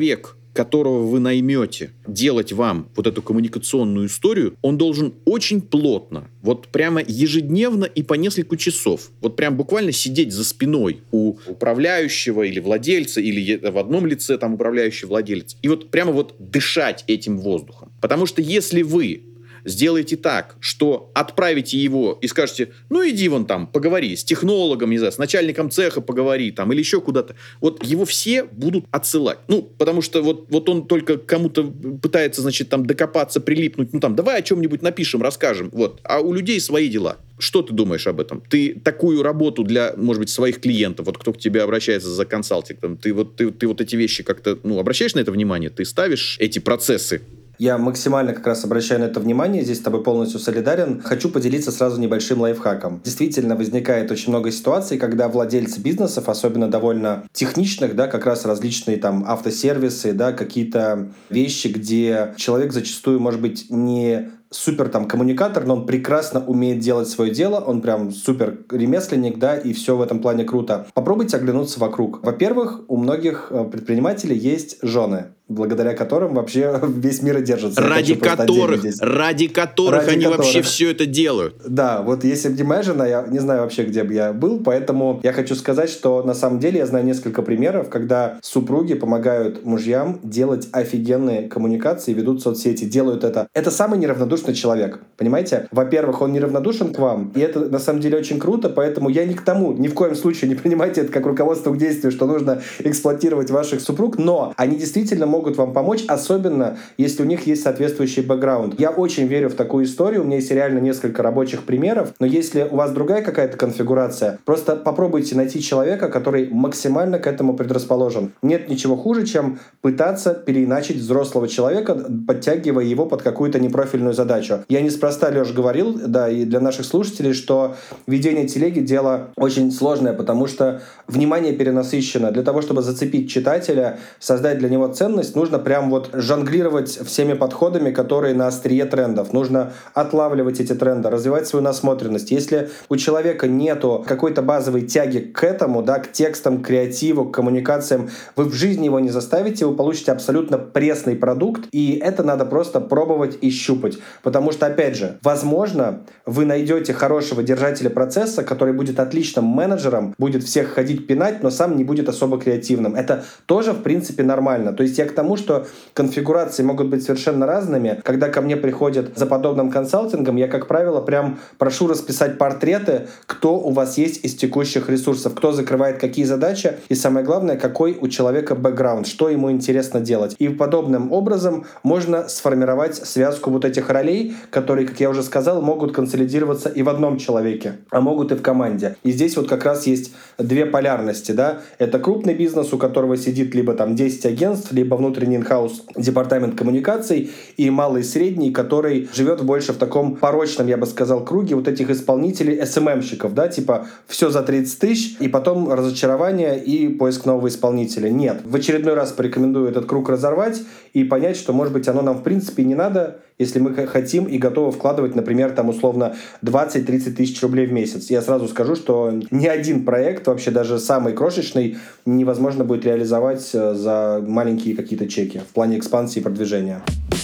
которого вы наймете делать вам вот эту коммуникационную историю, он должен очень плотно, вот прямо ежедневно и по несколько часов, вот прям буквально сидеть за спиной у управляющего или владельца, или в одном лице там управляющий владелец, и вот прямо вот дышать этим воздухом. Потому что если вы сделаете так, что отправите его и скажете, ну иди вон там, поговори с технологом, не знаю, с начальником цеха поговори там или еще куда-то. Вот его все будут отсылать. Ну, потому что вот, вот он только кому-то пытается, значит, там докопаться, прилипнуть. Ну там, давай о чем-нибудь напишем, расскажем. Вот. А у людей свои дела. Что ты думаешь об этом? Ты такую работу для, может быть, своих клиентов, вот кто к тебе обращается за консалтингом, ты вот, ты, ты вот эти вещи как-то, ну, обращаешь на это внимание? Ты ставишь эти процессы? Я максимально как раз обращаю на это внимание, здесь с тобой полностью солидарен. Хочу поделиться сразу небольшим лайфхаком. Действительно, возникает очень много ситуаций, когда владельцы бизнесов, особенно довольно техничных, да, как раз различные там автосервисы, да, какие-то вещи, где человек зачастую, может быть, не супер там коммуникатор, но он прекрасно умеет делать свое дело, он прям супер ремесленник, да, и все в этом плане круто. Попробуйте оглянуться вокруг. Во-первых, у многих предпринимателей есть жены, благодаря которым вообще весь мир и держится. Ради которых, ради которых ради они которых. вообще все это делают. Да, вот если бы не моя жена, я не знаю вообще, где бы я был, поэтому я хочу сказать, что на самом деле я знаю несколько примеров, когда супруги помогают мужьям делать офигенные коммуникации, ведут соцсети, делают это. Это самый неравнодушный человек, понимаете? Во-первых, он неравнодушен к вам, и это на самом деле очень круто, поэтому я не к тому, ни в коем случае не принимайте это как руководство к действию, что нужно эксплуатировать ваших супруг, но они действительно могут вам помочь, особенно если у них есть соответствующий бэкграунд. Я очень верю в такую историю, у меня есть реально несколько рабочих примеров, но если у вас другая какая-то конфигурация, просто попробуйте найти человека, который максимально к этому предрасположен. Нет ничего хуже, чем пытаться переиначить взрослого человека, подтягивая его под какую-то непрофильную задачу. Я неспроста, Леш, говорил, да, и для наших слушателей, что ведение телеги — дело очень сложное, потому что внимание перенасыщено. Для того, чтобы зацепить читателя, создать для него ценность, нужно прям вот жонглировать всеми подходами, которые на острие трендов. Нужно отлавливать эти тренды, развивать свою насмотренность. Если у человека нету какой-то базовой тяги к этому, да, к текстам, к креативу, к коммуникациям, вы в жизни его не заставите, вы получите абсолютно пресный продукт, и это надо просто пробовать и щупать. Потому что, опять же, возможно, вы найдете хорошего держателя процесса, который будет отличным менеджером, будет всех ходить пинать, но сам не будет особо креативным. Это тоже, в принципе, нормально. То есть я к тому, что конфигурации могут быть совершенно разными. Когда ко мне приходят за подобным консалтингом, я, как правило, прям прошу расписать портреты, кто у вас есть из текущих ресурсов, кто закрывает какие задачи, и самое главное, какой у человека бэкграунд, что ему интересно делать. И подобным образом можно сформировать связку вот этих ролей, которые, как я уже сказал, могут консолидироваться и в одном человеке, а могут и в команде. И здесь вот как раз есть две полярности, да. Это крупный бизнес, у которого сидит либо там десять агентств, либо внутренний инхаус департамент коммуникаций, и малый и средний, который живет больше в таком порочном, я бы сказал, круге вот этих исполнителей, эс эм эм-щиков, да, типа все за тридцать тысяч, и потом разочарование и поиск нового исполнителя. Нет. В очередной раз порекомендую этот круг разорвать и понять, что, может быть, оно нам в принципе не надо, если мы хотим и готовы вкладывать, например, там условно двадцать-тридцать тысяч рублей в месяц. Я сразу скажу, что ни один проект, вообще даже самый крошечный, невозможно будет реализовать за маленькие какие-то чеки в плане экспансии и продвижения.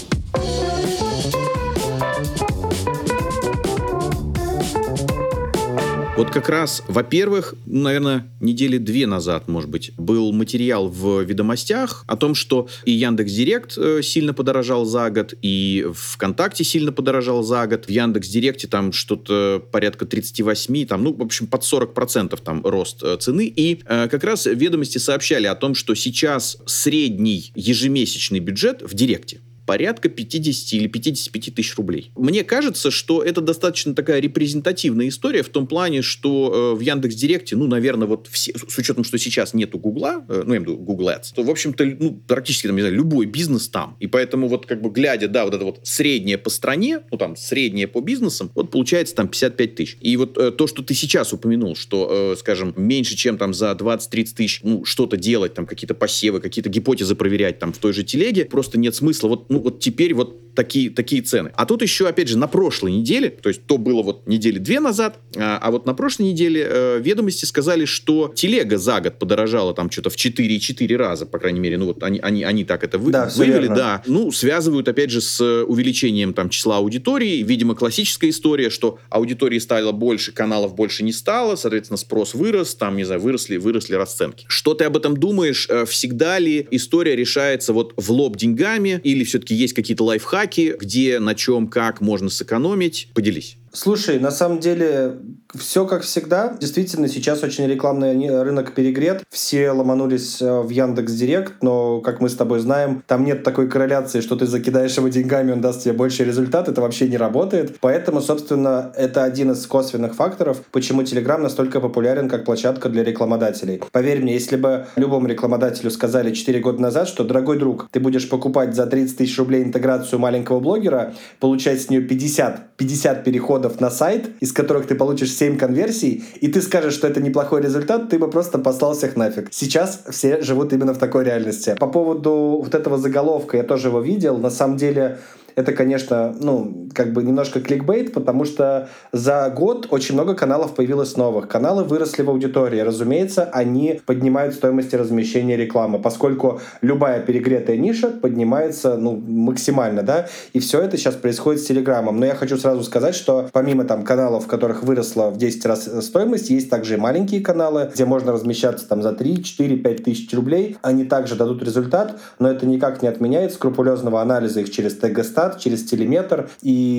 Вот как раз, во-первых, наверное, недели две назад, может быть, был материал в «Ведомостях» о том, что и Яндекс.Директ сильно подорожал за год, и ВКонтакте сильно подорожал за год. В Яндекс.Директе там что-то порядка тридцать восемь, там, ну, в общем, под сорок процентов там рост цены. И э, как раз «Ведомости» сообщали о том, что сейчас средний ежемесячный бюджет в Директе порядка пятьдесят или пятьдесят пять тысяч рублей. Мне кажется, что это достаточно такая репрезентативная история в том плане, что э, в Яндекс.Директе, ну, наверное, вот все, с учетом, что сейчас нету Гугла, э, ну, я имею в виду Google Ads, то, в общем-то, ну, практически, там, не знаю, любой бизнес там. И поэтому вот, как бы, глядя, да, вот это вот среднее по стране, ну, там, среднее по бизнесам, вот получается там пятьдесят пять тысяч. И вот э, то, что ты сейчас упомянул, что, э, скажем, меньше, чем там за двадцать-тридцать тысяч, ну, что-то делать, там, какие-то посевы, какие-то гипотезы проверять там в той же телеге, просто нет смысла. Вот, ну, вот теперь вот такие, такие цены. А тут еще, опять же, на прошлой неделе, то есть то было вот недели две назад, а, а вот на прошлой неделе э, ведомости сказали, что телега за год подорожала там что-то в четыре и четыре раза, по крайней мере, ну вот они, они, они так это вы, да, вывели, да. Ну, связывают, опять же, с увеличением там числа аудитории. Видимо, классическая история, что аудитории стало больше, каналов больше не стало, соответственно, спрос вырос, там, не знаю, выросли, выросли расценки. Что ты об этом думаешь? Всегда ли история решается вот в лоб деньгами, или все-таки есть какие-то лайфхаки, где, на чем, как можно сэкономить? Поделись. Слушай, на самом деле все как всегда. Действительно, сейчас очень рекламный рынок перегрет. Все ломанулись в Яндекс.Директ, но, как мы с тобой знаем, там нет такой корреляции, что ты закидаешь его деньгами, он даст тебе больше результат. Это вообще не работает. Поэтому, собственно, это один из косвенных факторов, почему Telegram настолько популярен как площадка для рекламодателей. Поверь мне, если бы любому рекламодателю сказали четыре года назад, что, дорогой друг, ты будешь покупать за тридцать тысяч рублей интеграцию маленького блогера, получать с нее пятьдесят, пятьдесят переходов на сайт, из которых ты получишь семь конверсий, и ты скажешь, что это неплохой результат, ты бы просто послал всех нафиг. Сейчас все живут именно в такой реальности. По поводу вот этого заголовка, я тоже его видел, на самом деле это, конечно, ну, как бы немножко кликбейт, потому что за год очень много каналов появилось новых. Каналы выросли в аудитории. Разумеется, они поднимают стоимость размещения рекламы, поскольку любая перегретая ниша поднимается, ну, максимально, да, и все это сейчас происходит с Телеграмом. Но я хочу сразу сказать, что помимо там каналов, в которых выросла в десять раз стоимость, есть также и маленькие каналы, где можно размещаться там за три, четыре, пять тысяч рублей. Они также дадут результат, но это никак не отменяет скрупулезного анализа их через ТГ-стат, через телеметр,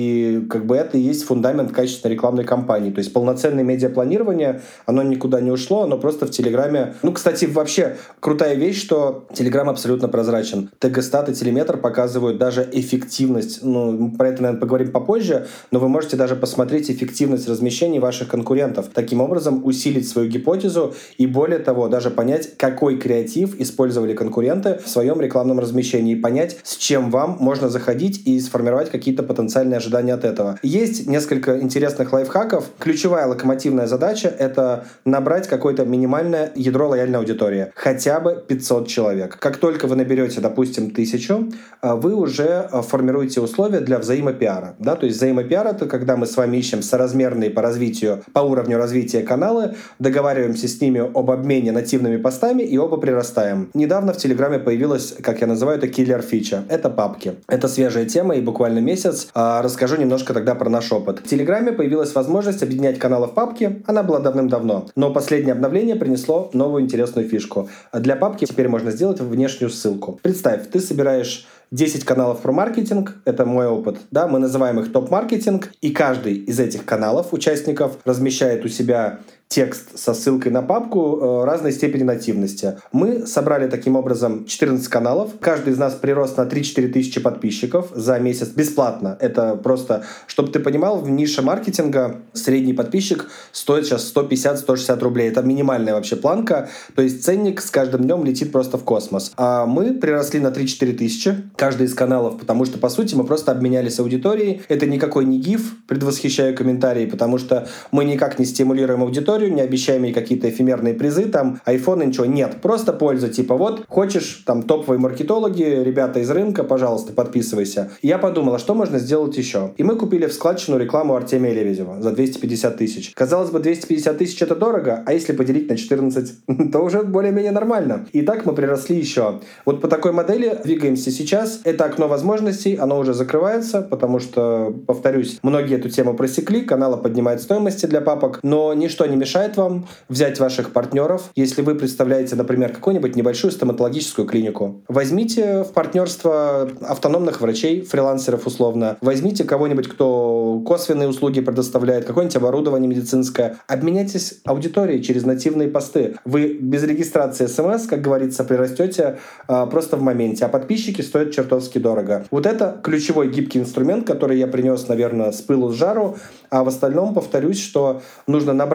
и как бы это и есть фундамент качественной рекламной кампании. То есть полноценное медиапланирование, оно никуда не ушло, оно просто в Телеграме... Ну, кстати, вообще крутая вещь, что Телеграм абсолютно прозрачен. ТГ-стат и телеметр показывают даже эффективность. Ну, про это, наверное, поговорим попозже, но вы можете даже посмотреть эффективность размещений ваших конкурентов. Таким образом, усилить свою гипотезу и, более того, даже понять, какой креатив использовали конкуренты в своем рекламном размещении, и понять, с чем вам можно заходить и сформировать какие-то потенциальные ожидания от этого. Есть несколько интересных лайфхаков. Ключевая локомотивная задача — это набрать какое-то минимальное ядро лояльной аудитории. Хотя бы пятьсот человек. Как только вы наберете, допустим, тысячу, вы уже формируете условия для взаимопиара. Да? То есть взаимопиар — это когда мы с вами ищем соразмерные по развитию, по уровню развития каналы, договариваемся с ними об обмене нативными постами и оба прирастаем. Недавно в Телеграме появилась, как я называю, это киллер-фича. Это папки. Это свежая тема, и буквально месяц. А, расскажу немножко тогда про наш опыт. В Телеграме появилась возможность объединять каналы в папки. Она была давным-давно. Но последнее обновление принесло новую интересную фишку. Для папки теперь можно сделать внешнюю ссылку. Представь, ты собираешь десять каналов про маркетинг, это мой опыт, да, мы называем их топ-маркетинг, и каждый из этих каналов, участников, размещает у себя текст со ссылкой на папку э, разной степени нативности. Мы собрали таким образом четырнадцать каналов. Каждый из нас прирос на три-четыре тысячи подписчиков за месяц бесплатно. Это просто, чтобы ты понимал, в нише маркетинга средний подписчик стоит сейчас сто пятьдесят - сто шестьдесят рублей. Это минимальная вообще планка. То есть ценник с каждым днем летит просто в космос. А мы приросли на три-четыре тысячи, каждый из каналов, потому что, по сути, мы просто обменялись аудиторией. Это никакой не гиф, предвосхищаю комментарии, потому что мы никак не стимулируем аудиторию, не обещаем ей какие-то эфемерные призы, там, айфоны, ничего. Нет, просто польза. Типа вот, хочешь, там, топовые маркетологи, ребята из рынка, пожалуйста, подписывайся. И я подумал, а что можно сделать еще? И мы купили в складчину рекламу Артемия Лебедева за двести пятьдесят тысяч. Казалось бы, двести пятьдесят тысяч это дорого, а если поделить на четырнадцать, то уже более-менее нормально. И так мы приросли еще. Вот по такой модели двигаемся сейчас. Это окно возможностей, оно уже закрывается, потому что, повторюсь, многие эту тему просекли, каналы поднимают стоимости для папок, но ничто не мешает вам взять ваших партнеров. Если вы представляете, например, какую-нибудь небольшую стоматологическую клинику, возьмите в партнерство автономных врачей, фрилансеров условно, возьмите кого-нибудь, кто косвенные услуги предоставляет, какое-нибудь оборудование медицинское, обменяйтесь аудиторией через нативные посты. Вы без регистрации смс, как говорится, прирастете а, просто в моменте, а подписчики стоят чертовски дорого. Вот это ключевой гибкий инструмент, который я принес, наверное, с пылу с жару, а в остальном повторюсь, что нужно набрать как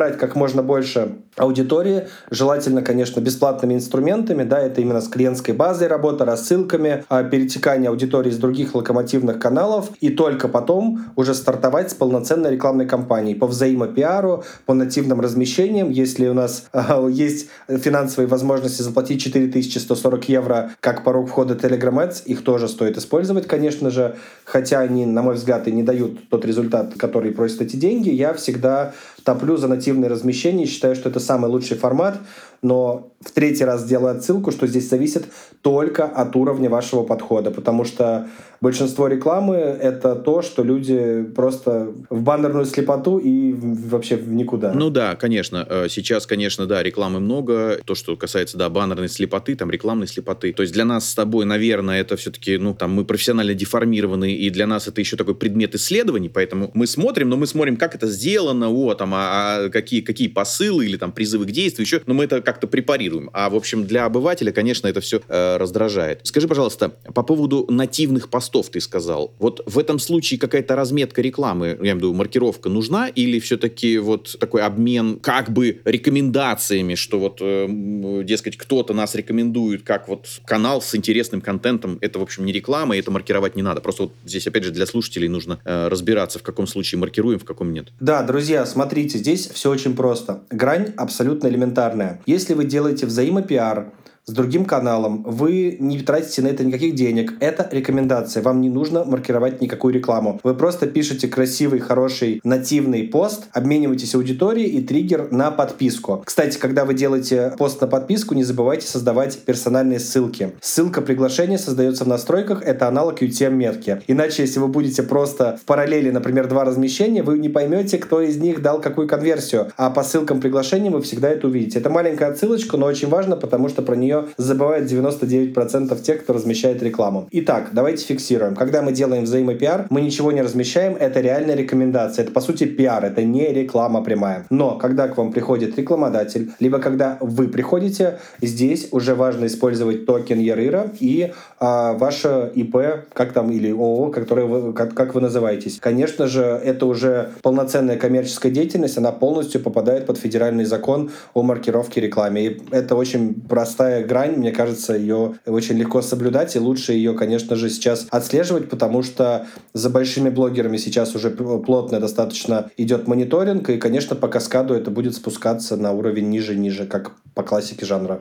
можно больше аудитории, желательно, конечно, бесплатными инструментами, да, это именно с клиентской базой работа, рассылками, перетекание аудитории из других локомотивных каналов, и только потом уже стартовать с полноценной рекламной кампанией по взаимопиару, по нативным размещениям. Если у нас э, есть финансовые возможности заплатить четыре тысячи сто сорок евро как порог входа Telegram Ads, их тоже стоит использовать, конечно же, хотя они, на мой взгляд, и не дают тот результат, который просят эти деньги. Я всегда топлю за нативное размещение, считаю, что это самый лучший формат, но в третий раз делаю отсылку, что здесь зависит только от уровня вашего подхода, потому что большинство рекламы — это то, что люди просто в баннерную слепоту и вообще в никуда. Ну да, конечно. Сейчас, конечно, да, рекламы много. То, что касается, да, баннерной слепоты, там, рекламной слепоты. То есть для нас с тобой, наверное, это все-таки, ну, там, мы профессионально деформированы, и для нас это еще такой предмет исследований, поэтому мы смотрим, но мы смотрим, как это сделано, о, там, а, а какие, какие посылы или там призывы к действию, еще, но мы это как-то препарируем. А, в общем, для обывателя, конечно, это все э, раздражает. Скажи, пожалуйста, по поводу нативных постов ты сказал. Вот в этом случае какая-то разметка рекламы, я имею в виду, маркировка нужна, или все-таки вот такой обмен как бы рекомендациями, что вот, э, дескать, кто-то нас рекомендует как вот канал с интересным контентом, это, в общем, не реклама, и это маркировать не надо. Просто вот здесь, опять же, для слушателей нужно э, разбираться, в каком случае маркируем, в каком нет. Да, друзья, смотрите, здесь все очень просто. Грань абсолютно элементарная. Если вы делаете взаимопиар с другим каналом, вы не тратите на это никаких денег. Это рекомендация. Вам не нужно маркировать никакую рекламу. Вы просто пишете красивый, хороший, нативный пост, обмениваетесь аудиторией и триггер на подписку. Кстати, когда вы делаете пост на подписку, не забывайте создавать персональные ссылки. Ссылка приглашения создается в настройках. Это аналог ю ти эм-метки. Иначе, если вы будете просто в параллели, например, два размещения, вы не поймете, кто из них дал какую конверсию. А по ссылкам приглашения вы всегда это увидите. Это маленькая отсылочка, но очень важно, потому что про нее забывают девяносто девять процентов тех, кто размещает рекламу. Итак, давайте фиксируем. Когда мы делаем взаимопиар, мы ничего не размещаем, это реальная рекомендация. Это, по сути, пиар, это не реклама прямая. Но когда к вам приходит рекламодатель, либо когда вы приходите, здесь уже важно использовать токен ЯРИРа и а, ваше ИП, как там, или ООО, которое вы, как, как вы называетесь. Конечно же, это уже полноценная коммерческая деятельность, она полностью попадает под федеральный закон о маркировке рекламы. И это очень простая грань, мне кажется, ее очень легко соблюдать, и лучше ее, конечно же, сейчас отслеживать, потому что за большими блогерами сейчас уже плотно достаточно идет мониторинг, и, конечно, по каскаду это будет спускаться на уровень ниже-ниже, как по классике жанра.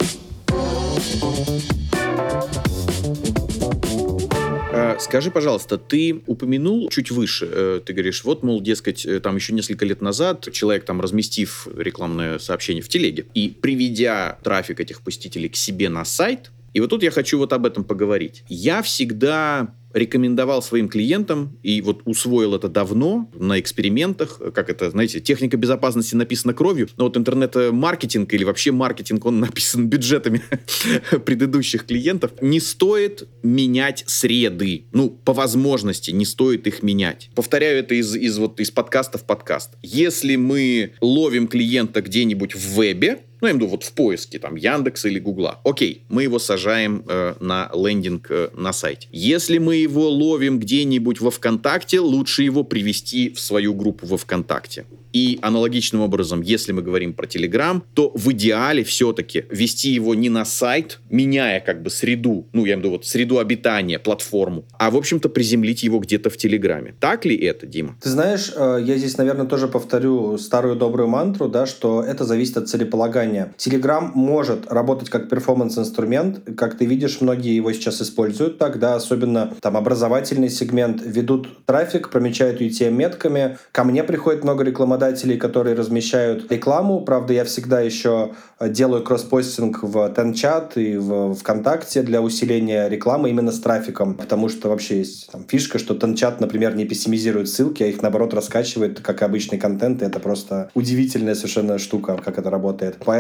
Скажи, пожалуйста, ты упомянул чуть выше, ты говоришь, вот, мол, дескать, там еще несколько лет назад человек, там, разместив рекламное сообщение в телеге и приведя трафик этих посетителей к себе на сайт, и вот тут я хочу вот об этом поговорить. Я всегда рекомендовал своим клиентам, и вот усвоил это давно на экспериментах, как это, знаете, техника безопасности написана кровью, но вот интернет-маркетинг или вообще маркетинг, он написан бюджетами предыдущих клиентов. Не стоит менять среды. Ну, по возможности не стоит их менять. Повторяю это из, из, вот, из подкаста в подкаст. Если мы ловим клиента где-нибудь в вебе, ну, я имею в виду вот в поиске, там, Яндекса или Гугла. Окей, мы его сажаем э, на лендинг э, на сайте. Если мы его ловим где-нибудь во ВКонтакте, лучше его привести в свою группу во ВКонтакте. И аналогичным образом, если мы говорим про Telegram, то в идеале все-таки вести его не на сайт, меняя как бы среду, ну, я имею в виду вот среду обитания, платформу, а, в общем-то, приземлить его где-то в Телеграме. Так ли это, Дима? Ты знаешь, я здесь, наверное, тоже повторю старую добрую мантру, да, что это зависит от целеполагания. Telegram может работать как перформанс-инструмент, как ты видишь, многие его сейчас используют так, да, особенно там образовательный сегмент, ведут трафик, промечают ю ти эм-метками. Ко мне приходит много рекламодателей, которые размещают рекламу. Правда, я всегда еще делаю кросс-постинг в Тенчат и в ВКонтакте для усиления рекламы именно с трафиком, потому что вообще есть там фишка, что Тенчат, например, не пессимизирует ссылки, а их, наоборот, раскачивает, как и обычный контент, и это просто удивительная совершенно штука, как это работает. Поэтому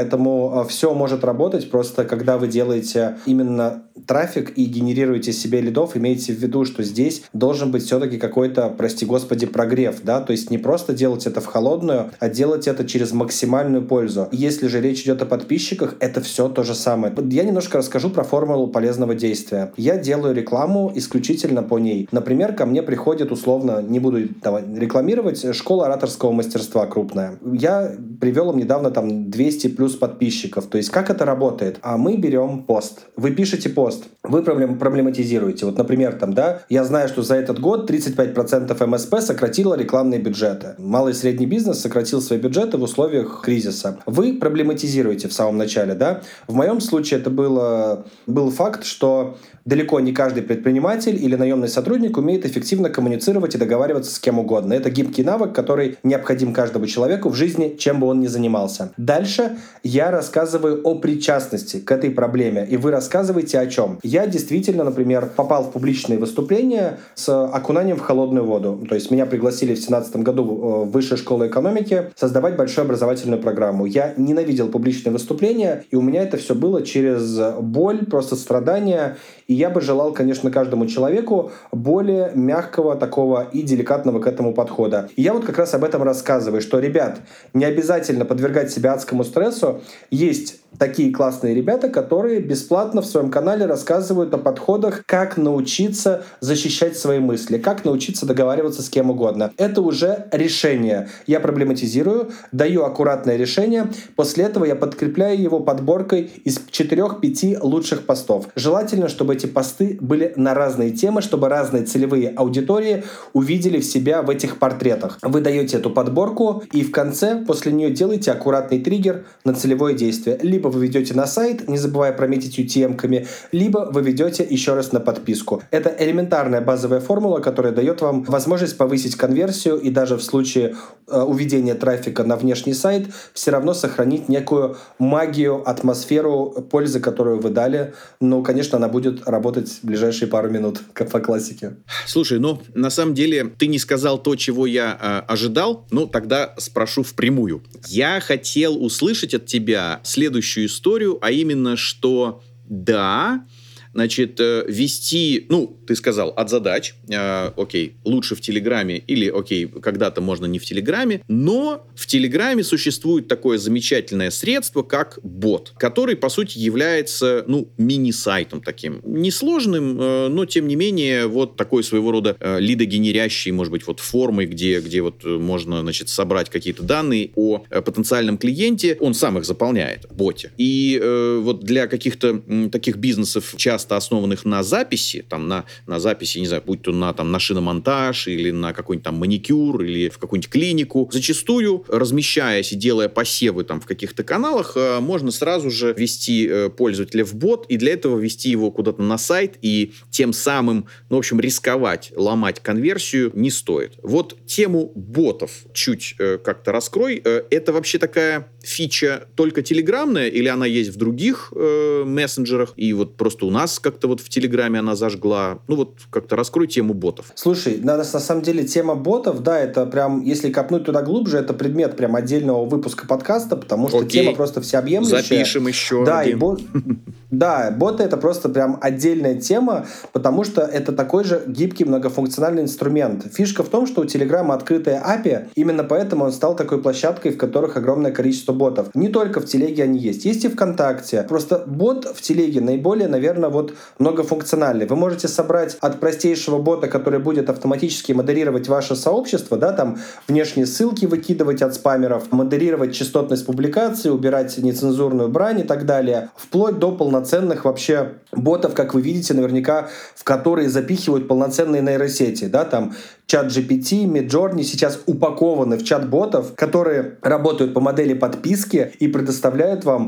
Поэтому все может работать, просто когда вы делаете именно трафик и генерируете себе лидов, имейте в виду, что здесь должен быть все-таки какой-то, прости господи, прогрев, да, то есть не просто делать это в холодную, а делать это через максимальную пользу. Если же речь идет о подписчиках, это все то же самое. Я немножко расскажу про формулу полезного действия. Я делаю рекламу исключительно по ней. Например, ко мне приходит условно, не буду там рекламировать, школа ораторского мастерства крупная. Я привел им недавно там двести плюс подписчиков. То есть как это работает? А мы берем пост. Вы пишете пост. Вы проблем, проблематизируете. Вот, например, там, да, я знаю, что за этот год тридцать пять процентов эм эс пэ сократило рекламные бюджеты. Малый и средний бизнес сократил свои бюджеты в условиях кризиса. Вы проблематизируете в самом начале, да. В моем случае это было, был факт, что далеко не каждый предприниматель или наемный сотрудник умеет эффективно коммуницировать и договариваться с кем угодно. Это гибкий навык, который необходим каждому человеку в жизни, чем бы он ни занимался. Дальше я рассказываю о причастности к этой проблеме, и вы рассказываете о чем. Я действительно, например, попал в публичные выступления с окунанием в холодную воду. То есть меня пригласили в две тысячи семнадцатом году в Высшую школу экономики создавать большую образовательную программу. Я ненавидел публичные выступления, и у меня это все было через боль, просто страдания. И я бы желал, конечно, каждому человеку более мягкого такого и деликатного к этому подхода. И я вот как раз об этом рассказываю, что, ребят, не обязательно подвергать себя адскому стрессу. Есть такие классные ребята, которые бесплатно в своем канале рассказывают о подходах, как научиться защищать свои мысли, как научиться договариваться с кем угодно. Это уже решение. Я проблематизирую, даю аккуратное решение, после этого я подкрепляю его подборкой из четырех-пяти лучших постов. Желательно, чтобы эти посты были на разные темы, чтобы разные целевые аудитории увидели в себя в этих портретах. Вы даете эту подборку, и в конце после нее делаете аккуратный триггер на целевое действие. Либо вы ведете на сайт, не забывая прометить ю ти эм-ками, либо вы ведете еще раз на подписку. Это элементарная базовая формула, которая дает вам возможность повысить конверсию и даже в случае э, уведения трафика на внешний сайт все равно сохранить некую магию, атмосферу пользы, которую вы дали. Ну, конечно, она будет работать в ближайшие пару минут, как по классике. Слушай, ну, на самом деле, ты не сказал то, чего я э, ожидал, ну, тогда спрошу впрямую. Я хотел услышать от тебя следующую историю, а именно, что да, значит, вести, ну, ты сказал, от задач, э, окей, лучше в Телеграме или, окей, когда-то можно не в Телеграме, но в Телеграме существует такое замечательное средство, как бот, который, по сути, является, ну, мини-сайтом таким. Несложным, э, но, тем не менее, вот такой своего рода э, лидогенерящий, может быть, вот формой, где, где вот можно, значит, собрать какие-то данные о э, потенциальном клиенте, он сам их заполняет в боте. И э, вот для каких-то м, таких бизнесов, часто основанных на записи, там, на, на записи, не знаю, будь то на, там, на шиномонтаж или на какой-нибудь там маникюр или в какую-нибудь клинику, зачастую, размещаясь и делая посевы там в каких-то каналах, э, можно сразу же ввести э, пользователя в бот и для этого ввести его куда-то на сайт и тем самым, ну, в общем, рисковать, ломать конверсию не стоит. Вот тему ботов чуть э, как-то раскрой. Э, это вообще такая фича только телеграмная или она есть в других э, мессенджерах и вот просто у нас как-то вот в Телеграме она зажгла. Ну вот как-то раскрой тему ботов. Слушай, на, на самом деле тема ботов, да, это прям, если копнуть туда глубже, это предмет прям отдельного выпуска подкаста, потому что Окей. Тема просто всеобъемлющая. Запишем еще да, один. И бо... Да, боты это просто прям отдельная тема, потому что это такой же гибкий многофункциональный инструмент. Фишка в том, что у Телеграма открытая эй пи ай, именно поэтому он стал такой площадкой, в которых огромное количество ботов. Не только в Телеге они есть, есть и ВКонтакте. Просто бот в Телеге наиболее, наверное, вот многофункциональный. Вы можете собрать от простейшего бота, который будет автоматически модерировать ваше сообщество, да, там внешние ссылки выкидывать от спамеров, модерировать частотность публикаций, убирать нецензурную брань и так далее, вплоть до полноценных вообще ботов, как вы видите, наверняка, в которые запихивают полноценные нейросети, да, там чат джи пи ти, Midjourney сейчас упакованы в чат-ботов, которые работают по модели подписки и предоставляют вам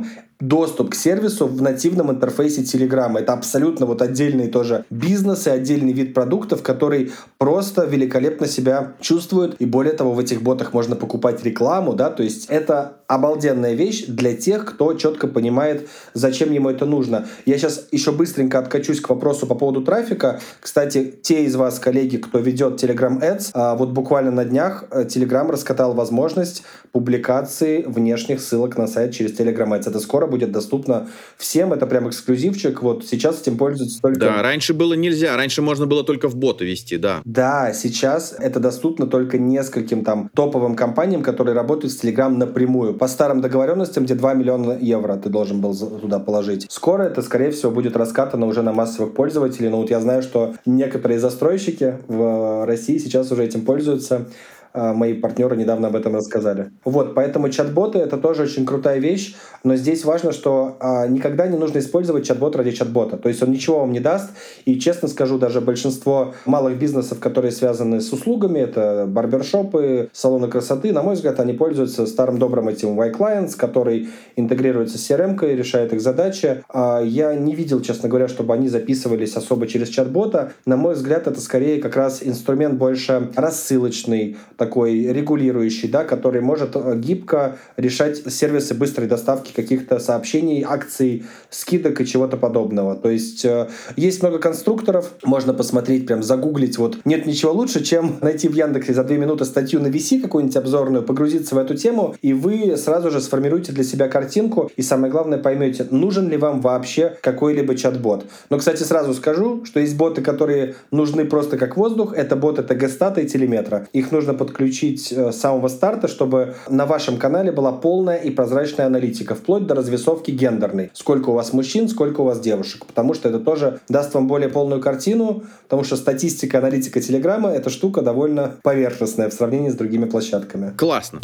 доступ к сервису в нативном интерфейсе Telegram. Это абсолютно вот отдельный тоже бизнес и отдельный вид продуктов, который просто великолепно себя чувствует. И более того, в этих ботах можно покупать рекламу, да, то есть это обалденная вещь для тех, кто четко понимает, зачем ему это нужно. Я сейчас еще быстренько откачусь к вопросу по поводу трафика. Кстати, те из вас, коллеги, кто ведет Telegram Ads, вот буквально на днях Telegram раскатал возможность публикации внешних ссылок на сайт через Telegram Ads. Это скоро будет доступно всем, это прям эксклюзивчик. Вот сейчас этим пользуются только... Да, раньше было нельзя, раньше можно было только в боты вести, да. Да, сейчас это доступно только нескольким там топовым компаниям, которые работают с Telegram напрямую. По старым договоренностям, где два миллиона евро ты должен был туда положить. Скоро это, скорее всего, будет раскатано уже на массовых пользователей. Но вот я знаю, что некоторые застройщики в России сейчас уже этим пользуются. Мои партнеры недавно об этом рассказали. Вот, поэтому чат-боты — это тоже очень крутая вещь, но здесь важно, что а, никогда не нужно использовать чат-бот ради чат-бота. То есть он ничего вам не даст, и, честно скажу, даже большинство малых бизнесов, которые связаны с услугами, это барбершопы, салоны красоты, на мой взгляд, они пользуются старым добрым этим Y-Clients, который интегрируется с си эр эм-кой, решает их задачи. А, я не видел, честно говоря, чтобы они записывались особо через чат-бота. На мой взгляд, это скорее как раз инструмент больше рассылочный, такой регулирующий, да, который может гибко решать сервисы быстрой доставки каких-то сообщений, акций, скидок и чего-то подобного. То есть э, есть много конструкторов, можно посмотреть, прям загуглить. Вот нет ничего лучше, чем найти в Яндексе за две минуты статью на ви си какую-нибудь обзорную, погрузиться в эту тему, и вы сразу же сформируете для себя картинку, и самое главное поймете, нужен ли вам вообще какой-либо чат-бот. Но, кстати, сразу скажу, что есть боты, которые нужны просто как воздух, это боты Тегостата и Телеметра. Их нужно подключить включить с самого старта, чтобы на вашем канале была полная и прозрачная аналитика, вплоть до развесовки гендерной. Сколько у вас мужчин, сколько у вас девушек. Потому что это тоже даст вам более полную картину, потому что статистика, аналитика Телеграма — эта штука довольно поверхностная в сравнении с другими площадками. Классно.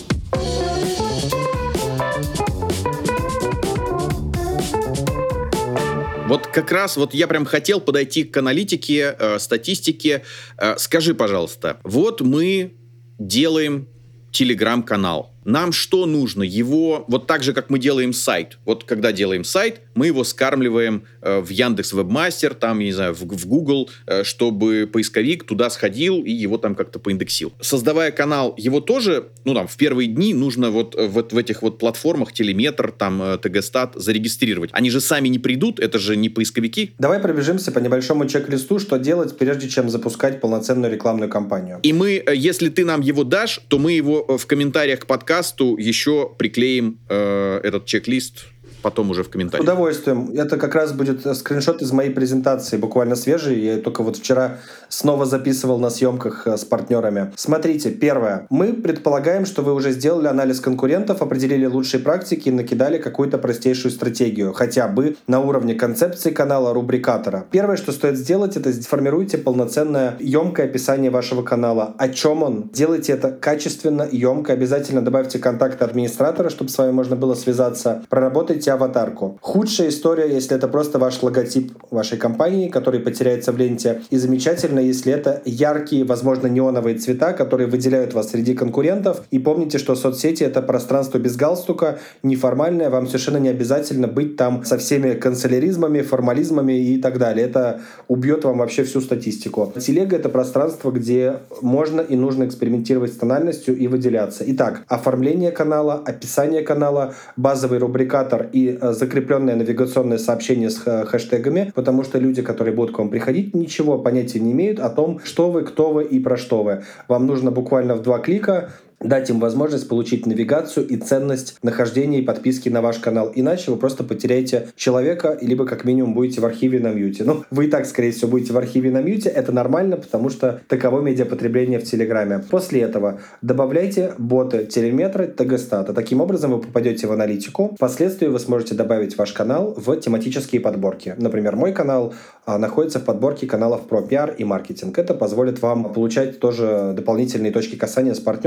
Вот как раз вот я прям хотел подойти к аналитике, э, статистике. Э, скажи, пожалуйста, вот мы делаем телеграм-канал. Нам что нужно? Его, вот так же, как мы делаем сайт. Вот когда делаем сайт, мы его скармливаем э, в Яндекс Вебмастер, там, я не знаю, в, в Google, э, чтобы поисковик туда сходил и его там как-то поиндексил. Создавая канал, его тоже, ну там, в первые дни нужно вот, вот в этих вот платформах Телеметр, там, э, Тегостат зарегистрировать. Они же сами не придут, это же не поисковики. Давай пробежимся по небольшому чек-листу, что делать, прежде чем запускать полноценную рекламную кампанию. И мы, если ты нам его дашь, то мы его в комментариях к подкасту еще приклеим э, этот чек-лист потом уже в комментариях. С удовольствием. Это как раз будет скриншот из моей презентации, буквально свежий. Я только вот вчера снова записывал на съемках с партнерами. Смотрите, первое. Мы предполагаем, что вы уже сделали анализ конкурентов, определили лучшие практики и накидали какую-то простейшую стратегию, хотя бы на уровне концепции канала, рубрикатора. Первое, что стоит сделать, это сформируйте полноценное, емкое описание вашего канала. О чем он? Делайте это качественно, емко. Обязательно добавьте контакты администратора, чтобы с вами можно было связаться. Проработайте аватарку. Худшая история, если это просто ваш логотип вашей компании, который потеряется в ленте. И замечательно, если это яркие, возможно, неоновые цвета, которые выделяют вас среди конкурентов. И помните, что соцсети — это пространство без галстука, неформальное. Вам совершенно не обязательно быть там со всеми канцеляризмами, формализмами и так далее. Это убьет вам вообще всю статистику. Телега — это пространство, где можно и нужно экспериментировать с тональностью и выделяться. Итак, оформление канала, описание канала, базовый рубрикатор и закрепленное навигационное сообщение с хэштегами, потому что люди, которые будут к вам приходить, ничего понятия не имеют о том, что вы, кто вы и про что вы. Вам нужно буквально в два клика дать им возможность получить навигацию и ценность нахождения и подписки на ваш канал. Иначе вы просто потеряете человека, либо как минимум будете в архиве на мьюте. Ну, вы и так, скорее всего, будете в архиве на мьюте. Это нормально, потому что таково медиапотребление в Телеграме. После этого добавляйте боты Телеметра, Тегостата. Таким образом вы попадете в аналитику. Впоследствии вы сможете добавить ваш канал в тематические подборки. Например, мой канал а, находится в подборке каналов про пиар и маркетинг. Это позволит вам получать тоже дополнительные точки касания с партнерами,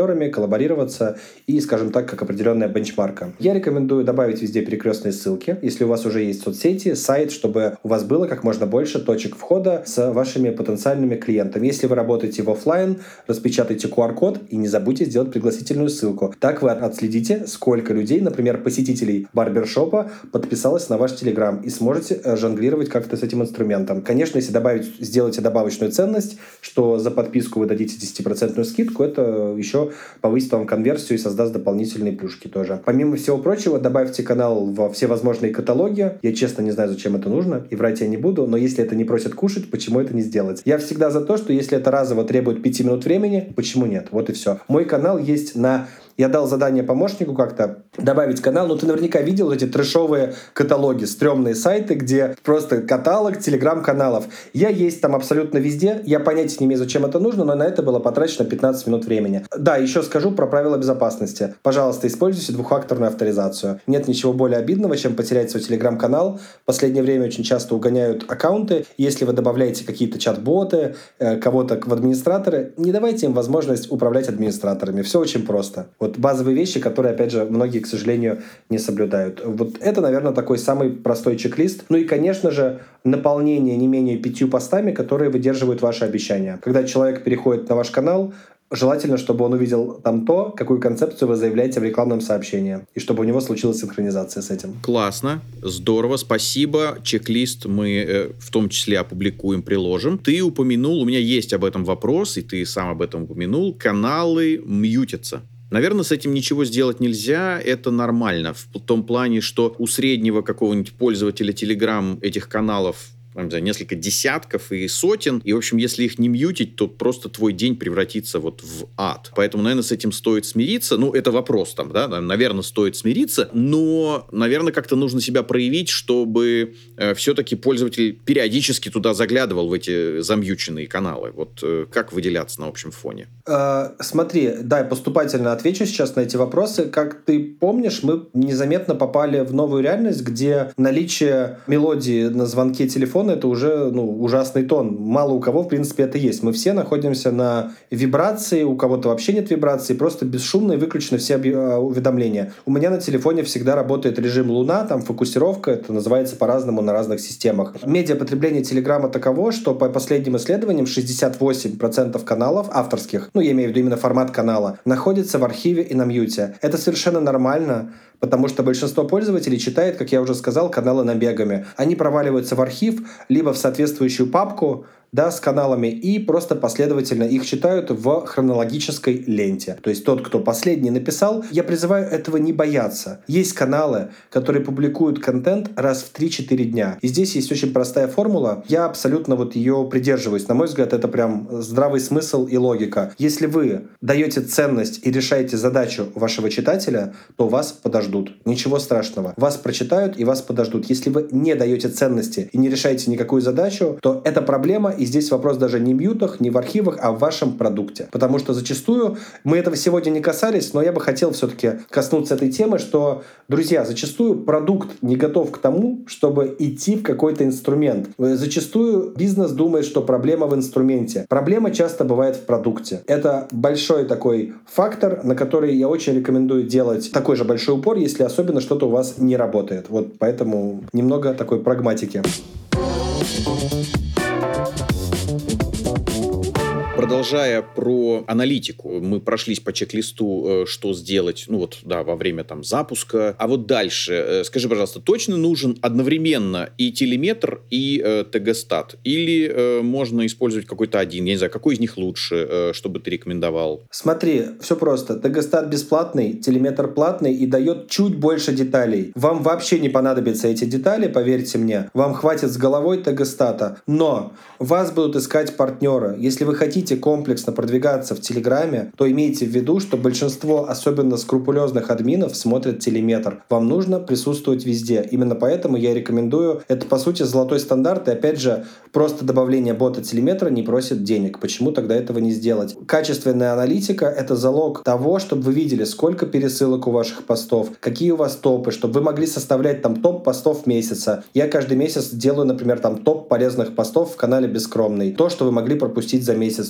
коллаборироваться и, скажем так, как определенная бенчмарка. Я рекомендую добавить везде перекрестные ссылки, если у вас уже есть соцсети, сайт, чтобы у вас было как можно больше точек входа с вашими потенциальными клиентами. Если вы работаете в офлайн, распечатайте ку ар-код и не забудьте сделать пригласительную ссылку. Так вы отследите, сколько людей, например, посетителей барбершопа, подписалось на ваш Telegram и сможете жонглировать как-то с этим инструментом. Конечно, если добавить, сделаете добавочную ценность, что за подписку вы дадите десять процентов скидку, это еще повысит вам конверсию и создаст дополнительные плюшки тоже. Помимо всего прочего, добавьте канал во все возможные каталоги. Я честно не знаю, зачем это нужно, и врать я не буду, но если это не просят кушать, почему это не сделать? Я всегда за то, что если это разово требует пяти минут времени, почему нет? Вот и все. Мой канал есть на... Я дал задание помощнику как-то добавить канал, но ты наверняка видел эти трэшовые каталоги, стрёмные сайты, где просто каталог телеграм-каналов. Я есть там абсолютно везде, я понятия не имею, зачем это нужно, но на это было потрачено пятнадцать минут времени. Да, еще скажу про правила безопасности. Пожалуйста, используйте двухфакторную авторизацию. Нет ничего более обидного, чем потерять свой телеграм-канал. В последнее время очень часто угоняют аккаунты. Если вы добавляете какие-то чат-боты, кого-то в администраторы, не давайте им возможность управлять администраторами. Все очень просто. Вот базовые вещи, которые, опять же, многие, к сожалению, не соблюдают. Вот это, наверное, такой самый простой чек-лист. Ну и, конечно же, наполнение не менее пятью постами, которые выдерживают ваши обещания. Когда человек переходит на ваш канал, желательно, чтобы он увидел там то, какую концепцию вы заявляете в рекламном сообщении, и чтобы у него случилась синхронизация с этим. Классно, здорово, спасибо. Чек-лист мы э, в том числе опубликуем, приложим. Ты упомянул, у меня есть об этом вопрос, и ты сам об этом упомянул, каналы мьютятся. Наверное, с этим ничего сделать нельзя, это нормально. В том плане, что у среднего какого-нибудь пользователя Telegram этих каналов не знаю, несколько десятков и сотен. И, в общем, если их не мьютить, то просто твой день превратится вот в ад. Поэтому, наверное, с этим стоит смириться. Ну, это вопрос там, да, наверное, стоит смириться. Но, наверное, как-то нужно себя проявить, чтобы э, все-таки пользователь периодически туда заглядывал, в эти замьюченные каналы. Вот э, как выделяться на общем фоне? Э, смотри, да, я поступательно отвечу сейчас на эти вопросы. Как ты помнишь, мы незаметно попали в новую реальность, где наличие мелодии на звонке телефона это уже ну, ужасный тон. Мало у кого, в принципе, это есть. Мы все находимся на вибрации, у кого-то вообще нет вибрации, просто бесшумно и выключены все уведомления. У меня на телефоне всегда работает режим Луна, там фокусировка, это называется по-разному на разных системах. Медиапотребление Телеграма таково, что по последним исследованиям шестьдесят восемь процентов каналов авторских, ну я имею в виду именно формат канала, находится в архиве и на мьюте. Это совершенно нормально, потому что большинство пользователей читает, как я уже сказал, каналы набегами. Они проваливаются в архив, либо в соответствующую папку, да, с каналами, и просто последовательно их читают в хронологической ленте. То есть тот, кто последний написал, я призываю этого не бояться. Есть каналы, которые публикуют контент раз в три-четыре дня. И здесь есть очень простая формула. Я абсолютно вот ее придерживаюсь. На мой взгляд, это прям здравый смысл и логика. Если вы даете ценность и решаете задачу вашего читателя, то вас подождут. Ничего страшного. Вас прочитают и вас подождут. Если вы не даете ценности и не решаете никакую задачу, то это проблема. И здесь вопрос даже не в мьютах, не в архивах, а в вашем продукте. Потому что зачастую, мы этого сегодня не касались, но я бы хотел все-таки коснуться этой темы, что, друзья, зачастую продукт не готов к тому, чтобы идти в какой-то инструмент. Зачастую бизнес думает, что проблема в инструменте. Проблема часто бывает в продукте. Это большой такой фактор, на который я очень рекомендую делать такой же большой упор, если особенно что-то у вас не работает. Вот поэтому немного такой прагматики. Продолжая про аналитику, мы прошлись по чек-листу, что сделать, ну вот, да, во время там запуска. А вот дальше, скажи, пожалуйста, точно нужен одновременно и телеметр, и э, ТГ-стат? Или э, можно использовать какой-то один? Я не знаю, какой из них лучше, э, чтобы ты рекомендовал? Смотри, все просто. ТГ-стат бесплатный, телеметр платный и дает чуть больше деталей. Вам вообще не понадобятся эти детали, поверьте мне. Вам хватит с головой ТГ-стата. Но вас будут искать партнеры. Если вы хотите комплексно продвигаться в Телеграме, то имейте в виду, что большинство особенно скрупулезных админов смотрят телеметр. Вам нужно присутствовать везде. Именно поэтому я рекомендую. Это, по сути, золотой стандарт. И, опять же, просто добавление бота телеметра не просит денег. Почему тогда этого не сделать? Качественная аналитика — это залог того, чтобы вы видели, сколько пересылок у ваших постов, какие у вас топы, чтобы вы могли составлять там топ постов месяца. Я каждый месяц делаю, например, там топ полезных постов в канале Бескромный. То, что вы могли пропустить за месяц.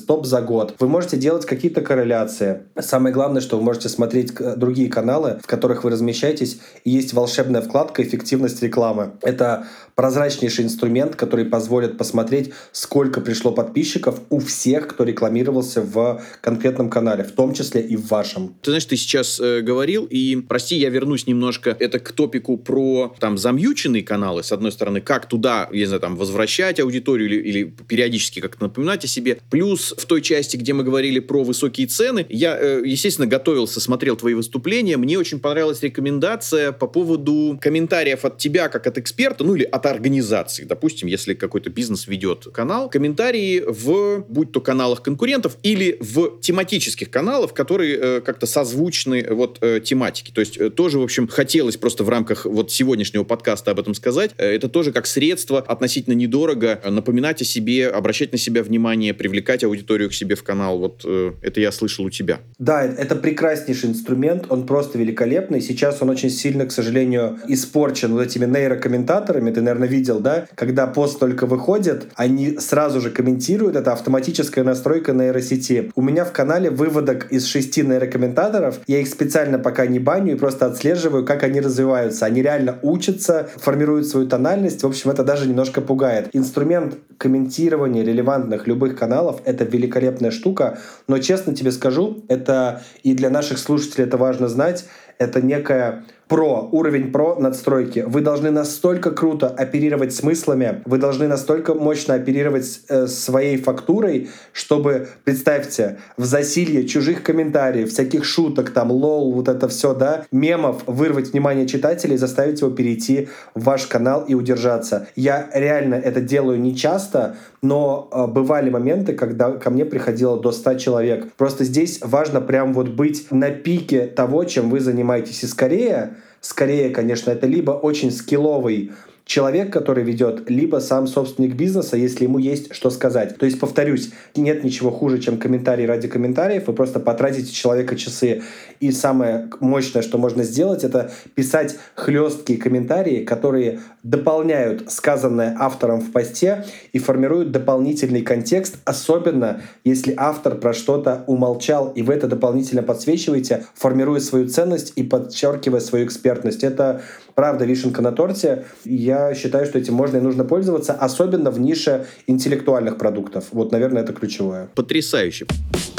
топ за год. Вы можете делать какие-то корреляции. Самое главное, что вы можете смотреть другие каналы, в которых вы размещаетесь, и есть волшебная вкладка «Эффективность рекламы». Это прозрачнейший инструмент, который позволит посмотреть, сколько пришло подписчиков у всех, кто рекламировался в конкретном канале, в том числе и в вашем. Ты знаешь, ты сейчас э, говорил, и, прости, я вернусь немножко, это к топику про там замьюченные каналы, с одной стороны, как туда, я не знаю, там, возвращать аудиторию или, или периодически как-то напоминать о себе. Плюс в той части, где мы говорили про высокие цены, я, э, естественно, готовился, смотрел твои выступления, мне очень понравилась рекомендация по поводу комментариев от тебя, как от эксперта, ну или от организации. Допустим, если какой-то бизнес ведет канал, комментарии в, будь то каналах конкурентов или в тематических каналах, которые э, как-то созвучны вот э, тематике. То есть э, тоже, в общем, хотелось просто в рамках вот сегодняшнего подкаста об этом сказать. Э, это тоже как средство относительно недорого э, напоминать о себе, обращать на себя внимание, привлекать аудиторию к себе в канал. Вот э, это я слышал у тебя. Да, это прекраснейший инструмент, он просто великолепный. Сейчас он очень сильно, к сожалению, испорчен вот этими нейрокомментаторами. Ты, наверное, видел, да? Когда пост только выходит, они сразу же комментируют. Это автоматическая настройка нейросети. У меня в канале выводок из шести нейрокомментаторов. Я их специально пока не баню и просто отслеживаю, как они развиваются. Они реально учатся, формируют свою тональность. В общем, это даже немножко пугает. Инструмент комментирования релевантных любых каналов — это великолепная штука. Но, честно тебе скажу, это и для наших слушателей это важно знать, это некая про, уровень про надстройки. Вы должны настолько круто оперировать смыслами, вы должны настолько мощно оперировать э, своей фактурой, чтобы, представьте, в засилье чужих комментариев, всяких шуток, там, лол, вот это все, да, мемов, вырвать внимание читателей, заставить его перейти в ваш канал и удержаться. Я реально это делаю не часто, но э, бывали моменты, когда ко мне приходило до ста человек. Просто здесь важно прям вот быть на пике того, чем вы занимаетесь. И скорее, скорее, конечно, это либо очень скилловый человек, который ведет, либо сам собственник бизнеса, если ему есть что сказать. То есть, повторюсь, нет ничего хуже, чем комментарий ради комментариев. Вы просто потратите человека часы. И самое мощное, что можно сделать, это писать хлесткие комментарии, которые дополняют сказанное автором в посте и формируют дополнительный контекст, особенно если автор про что-то умолчал, и вы это дополнительно подсвечиваете, формируя свою ценность и подчеркивая свою экспертность. Это правда вишенка на торте. Я считаю, что этим можно и нужно пользоваться, особенно в нише интеллектуальных продуктов. Вот, наверное, это ключевое. Потрясающе.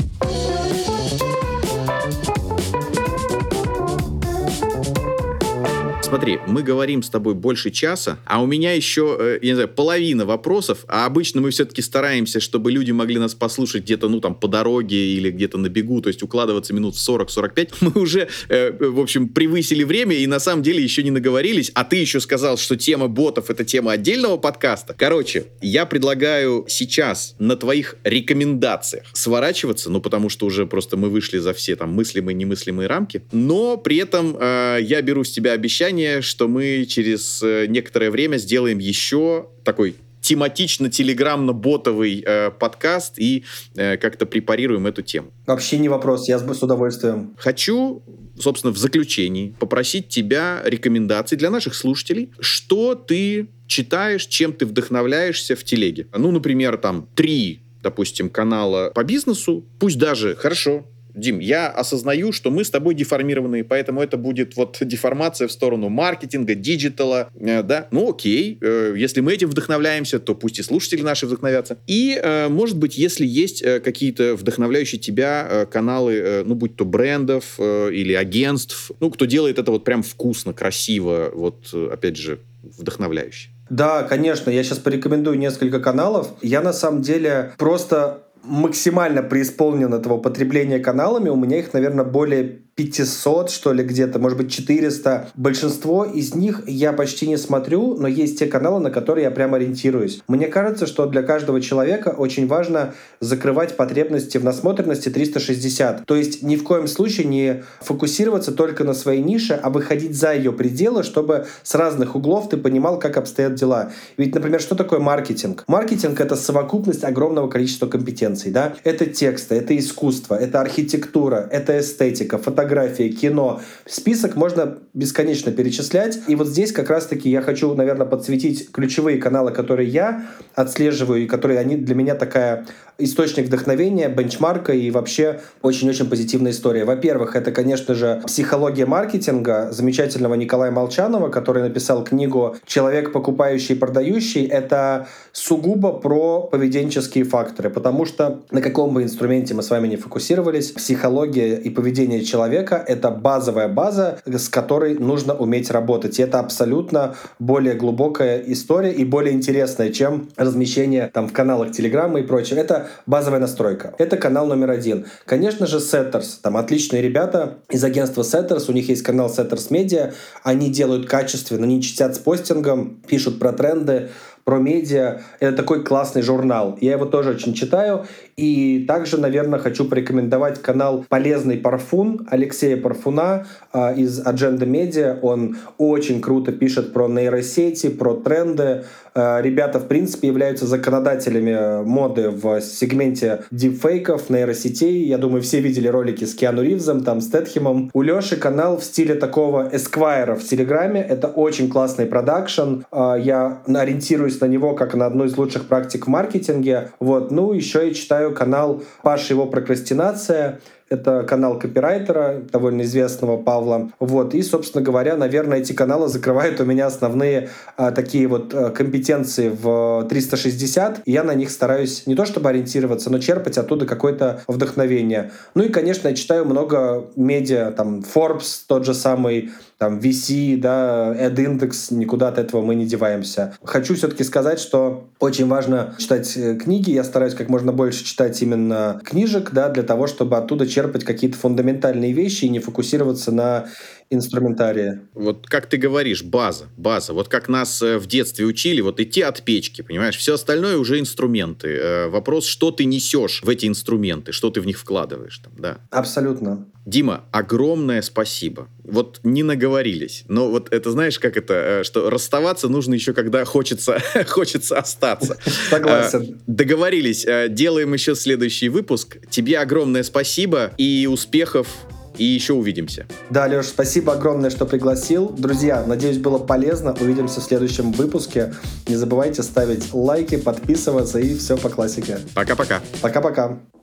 Смотри, мы говорим с тобой больше часа, а у меня еще, я не знаю, половина вопросов, а обычно мы все-таки стараемся, чтобы люди могли нас послушать где-то, ну, там, по дороге или где-то на бегу, то есть укладываться минут в сорок-сорок пять. Мы уже, э, в общем, превысили время и на самом деле еще не наговорились, а ты еще сказал, что тема ботов — это тема отдельного подкаста. Короче, я предлагаю сейчас на твоих рекомендациях сворачиваться, ну, потому что уже просто мы вышли за все там мыслимые и немыслимые рамки, но при этом э, я беру с тебя обещание, что мы через э, некоторое время сделаем еще такой тематично-телеграмно-ботовый э, подкаст и э, как-то препарируем эту тему. Вообще не вопрос, я с удовольствием. Хочу, собственно, в заключении попросить тебя рекомендаций для наших слушателей, что ты читаешь, чем ты вдохновляешься в телеге. Ну, например, там три, допустим, канала по бизнесу, пусть даже, хорошо, Дим, я осознаю, что мы с тобой деформированные, поэтому это будет вот деформация в сторону маркетинга, диджитала, э, да, ну окей, э, если мы этим вдохновляемся, то пусть и слушатели наши вдохновятся. И, э, может быть, если есть э, какие-то вдохновляющие тебя э, каналы, э, ну, будь то брендов э, или агентств, ну, кто делает это вот прям вкусно, красиво, вот, э, опять же, вдохновляюще. Да, конечно, я сейчас порекомендую несколько каналов. Я, на самом деле, просто максимально преисполнен этого потребления каналами. У меня их, наверное, более пятьсот, что ли, где-то, может быть, четыреста. Большинство из них я почти не смотрю, но есть те каналы, на которые я прям ориентируюсь. Мне кажется, что для каждого человека очень важно закрывать потребности в насмотренности триста шестьдесят. То есть ни в коем случае не фокусироваться только на своей нише, а выходить за ее пределы, чтобы с разных углов ты понимал, как обстоят дела. Ведь, например, что такое маркетинг? Маркетинг — это совокупность огромного количества компетенций. Да? Это тексты, это искусство, это архитектура, это эстетика, фотография, фотографии, кино. Список можно бесконечно перечислять. И вот здесь как раз-таки я хочу, наверное, подсветить ключевые каналы, которые я отслеживаю, и которые они для меня такая источник вдохновения, бенчмарка и вообще очень-очень позитивная история. Во-первых, это, конечно же, «Психология маркетинга» замечательного Николая Молчанова, который написал книгу «Человек, покупающий и продающий». Это сугубо про поведенческие факторы, потому что на каком бы инструменте мы с вами не фокусировались, психология и поведение человека — это базовая база, с которой нужно уметь работать. И это абсолютно более глубокая история и более интересная, чем размещение там в каналах Телеграма и прочее. Это базовая настройка. Это канал номер один. Конечно же, Setters. Там отличные ребята из агентства Setters. У них есть канал Setters Media. Они делают качественно, они чистят с постингом, пишут про тренды, про медиа. Это такой классный журнал. Я его тоже очень читаю. И также, наверное, хочу порекомендовать канал «Полезный Парфун» Алексея Парфуна э, из Agenda Media. Он очень круто пишет про нейросети, про тренды. Э, ребята, в принципе, являются законодателями моды в сегменте дипфейков, нейросетей. Я думаю, все видели ролики с Киану Ривзом, там, с Тетхемом. У Леши канал в стиле такого эсквайра в Телеграме. Это очень классный продакшн. Э, я ориентируюсь на него как на одну из лучших практик в маркетинге. Вот. Ну, еще я читаю канал Паши его прокрастинация. Это канал копирайтера, довольно известного Павла. Вот. И, собственно говоря, наверное, эти каналы закрывают у меня основные а, такие вот а, компетенции в триста шестьдесят. И я на них стараюсь не то чтобы ориентироваться, но черпать оттуда какое-то вдохновение. Ну и, конечно, я читаю много медиа, там, Forbes, тот же самый, там, ви си, да, AdIndex, никуда от этого мы не деваемся. Хочу все-таки сказать, что очень важно читать книги. Я стараюсь как можно больше читать именно книжек, да, для того, чтобы оттуда черпать какие-то фундаментальные вещи и не фокусироваться на инструментарии. Вот как ты говоришь, база, база. Вот как нас в детстве учили, вот идти от печки, понимаешь? Все остальное уже инструменты. Э, вопрос, что ты несешь в эти инструменты, что ты в них вкладываешь. Там, да. Абсолютно. Дима, огромное спасибо. Вот не наговорились. Но вот это, знаешь, как это, что расставаться нужно еще, когда хочется, хочется остаться. Согласен. Договорились. Делаем еще следующий выпуск. Тебе огромное спасибо и успехов. И еще увидимся. Да, Леш, спасибо огромное, что пригласил. Друзья, надеюсь, было полезно. Увидимся в следующем выпуске. Не забывайте ставить лайки, подписываться и все по классике. Пока-пока. Пока-пока.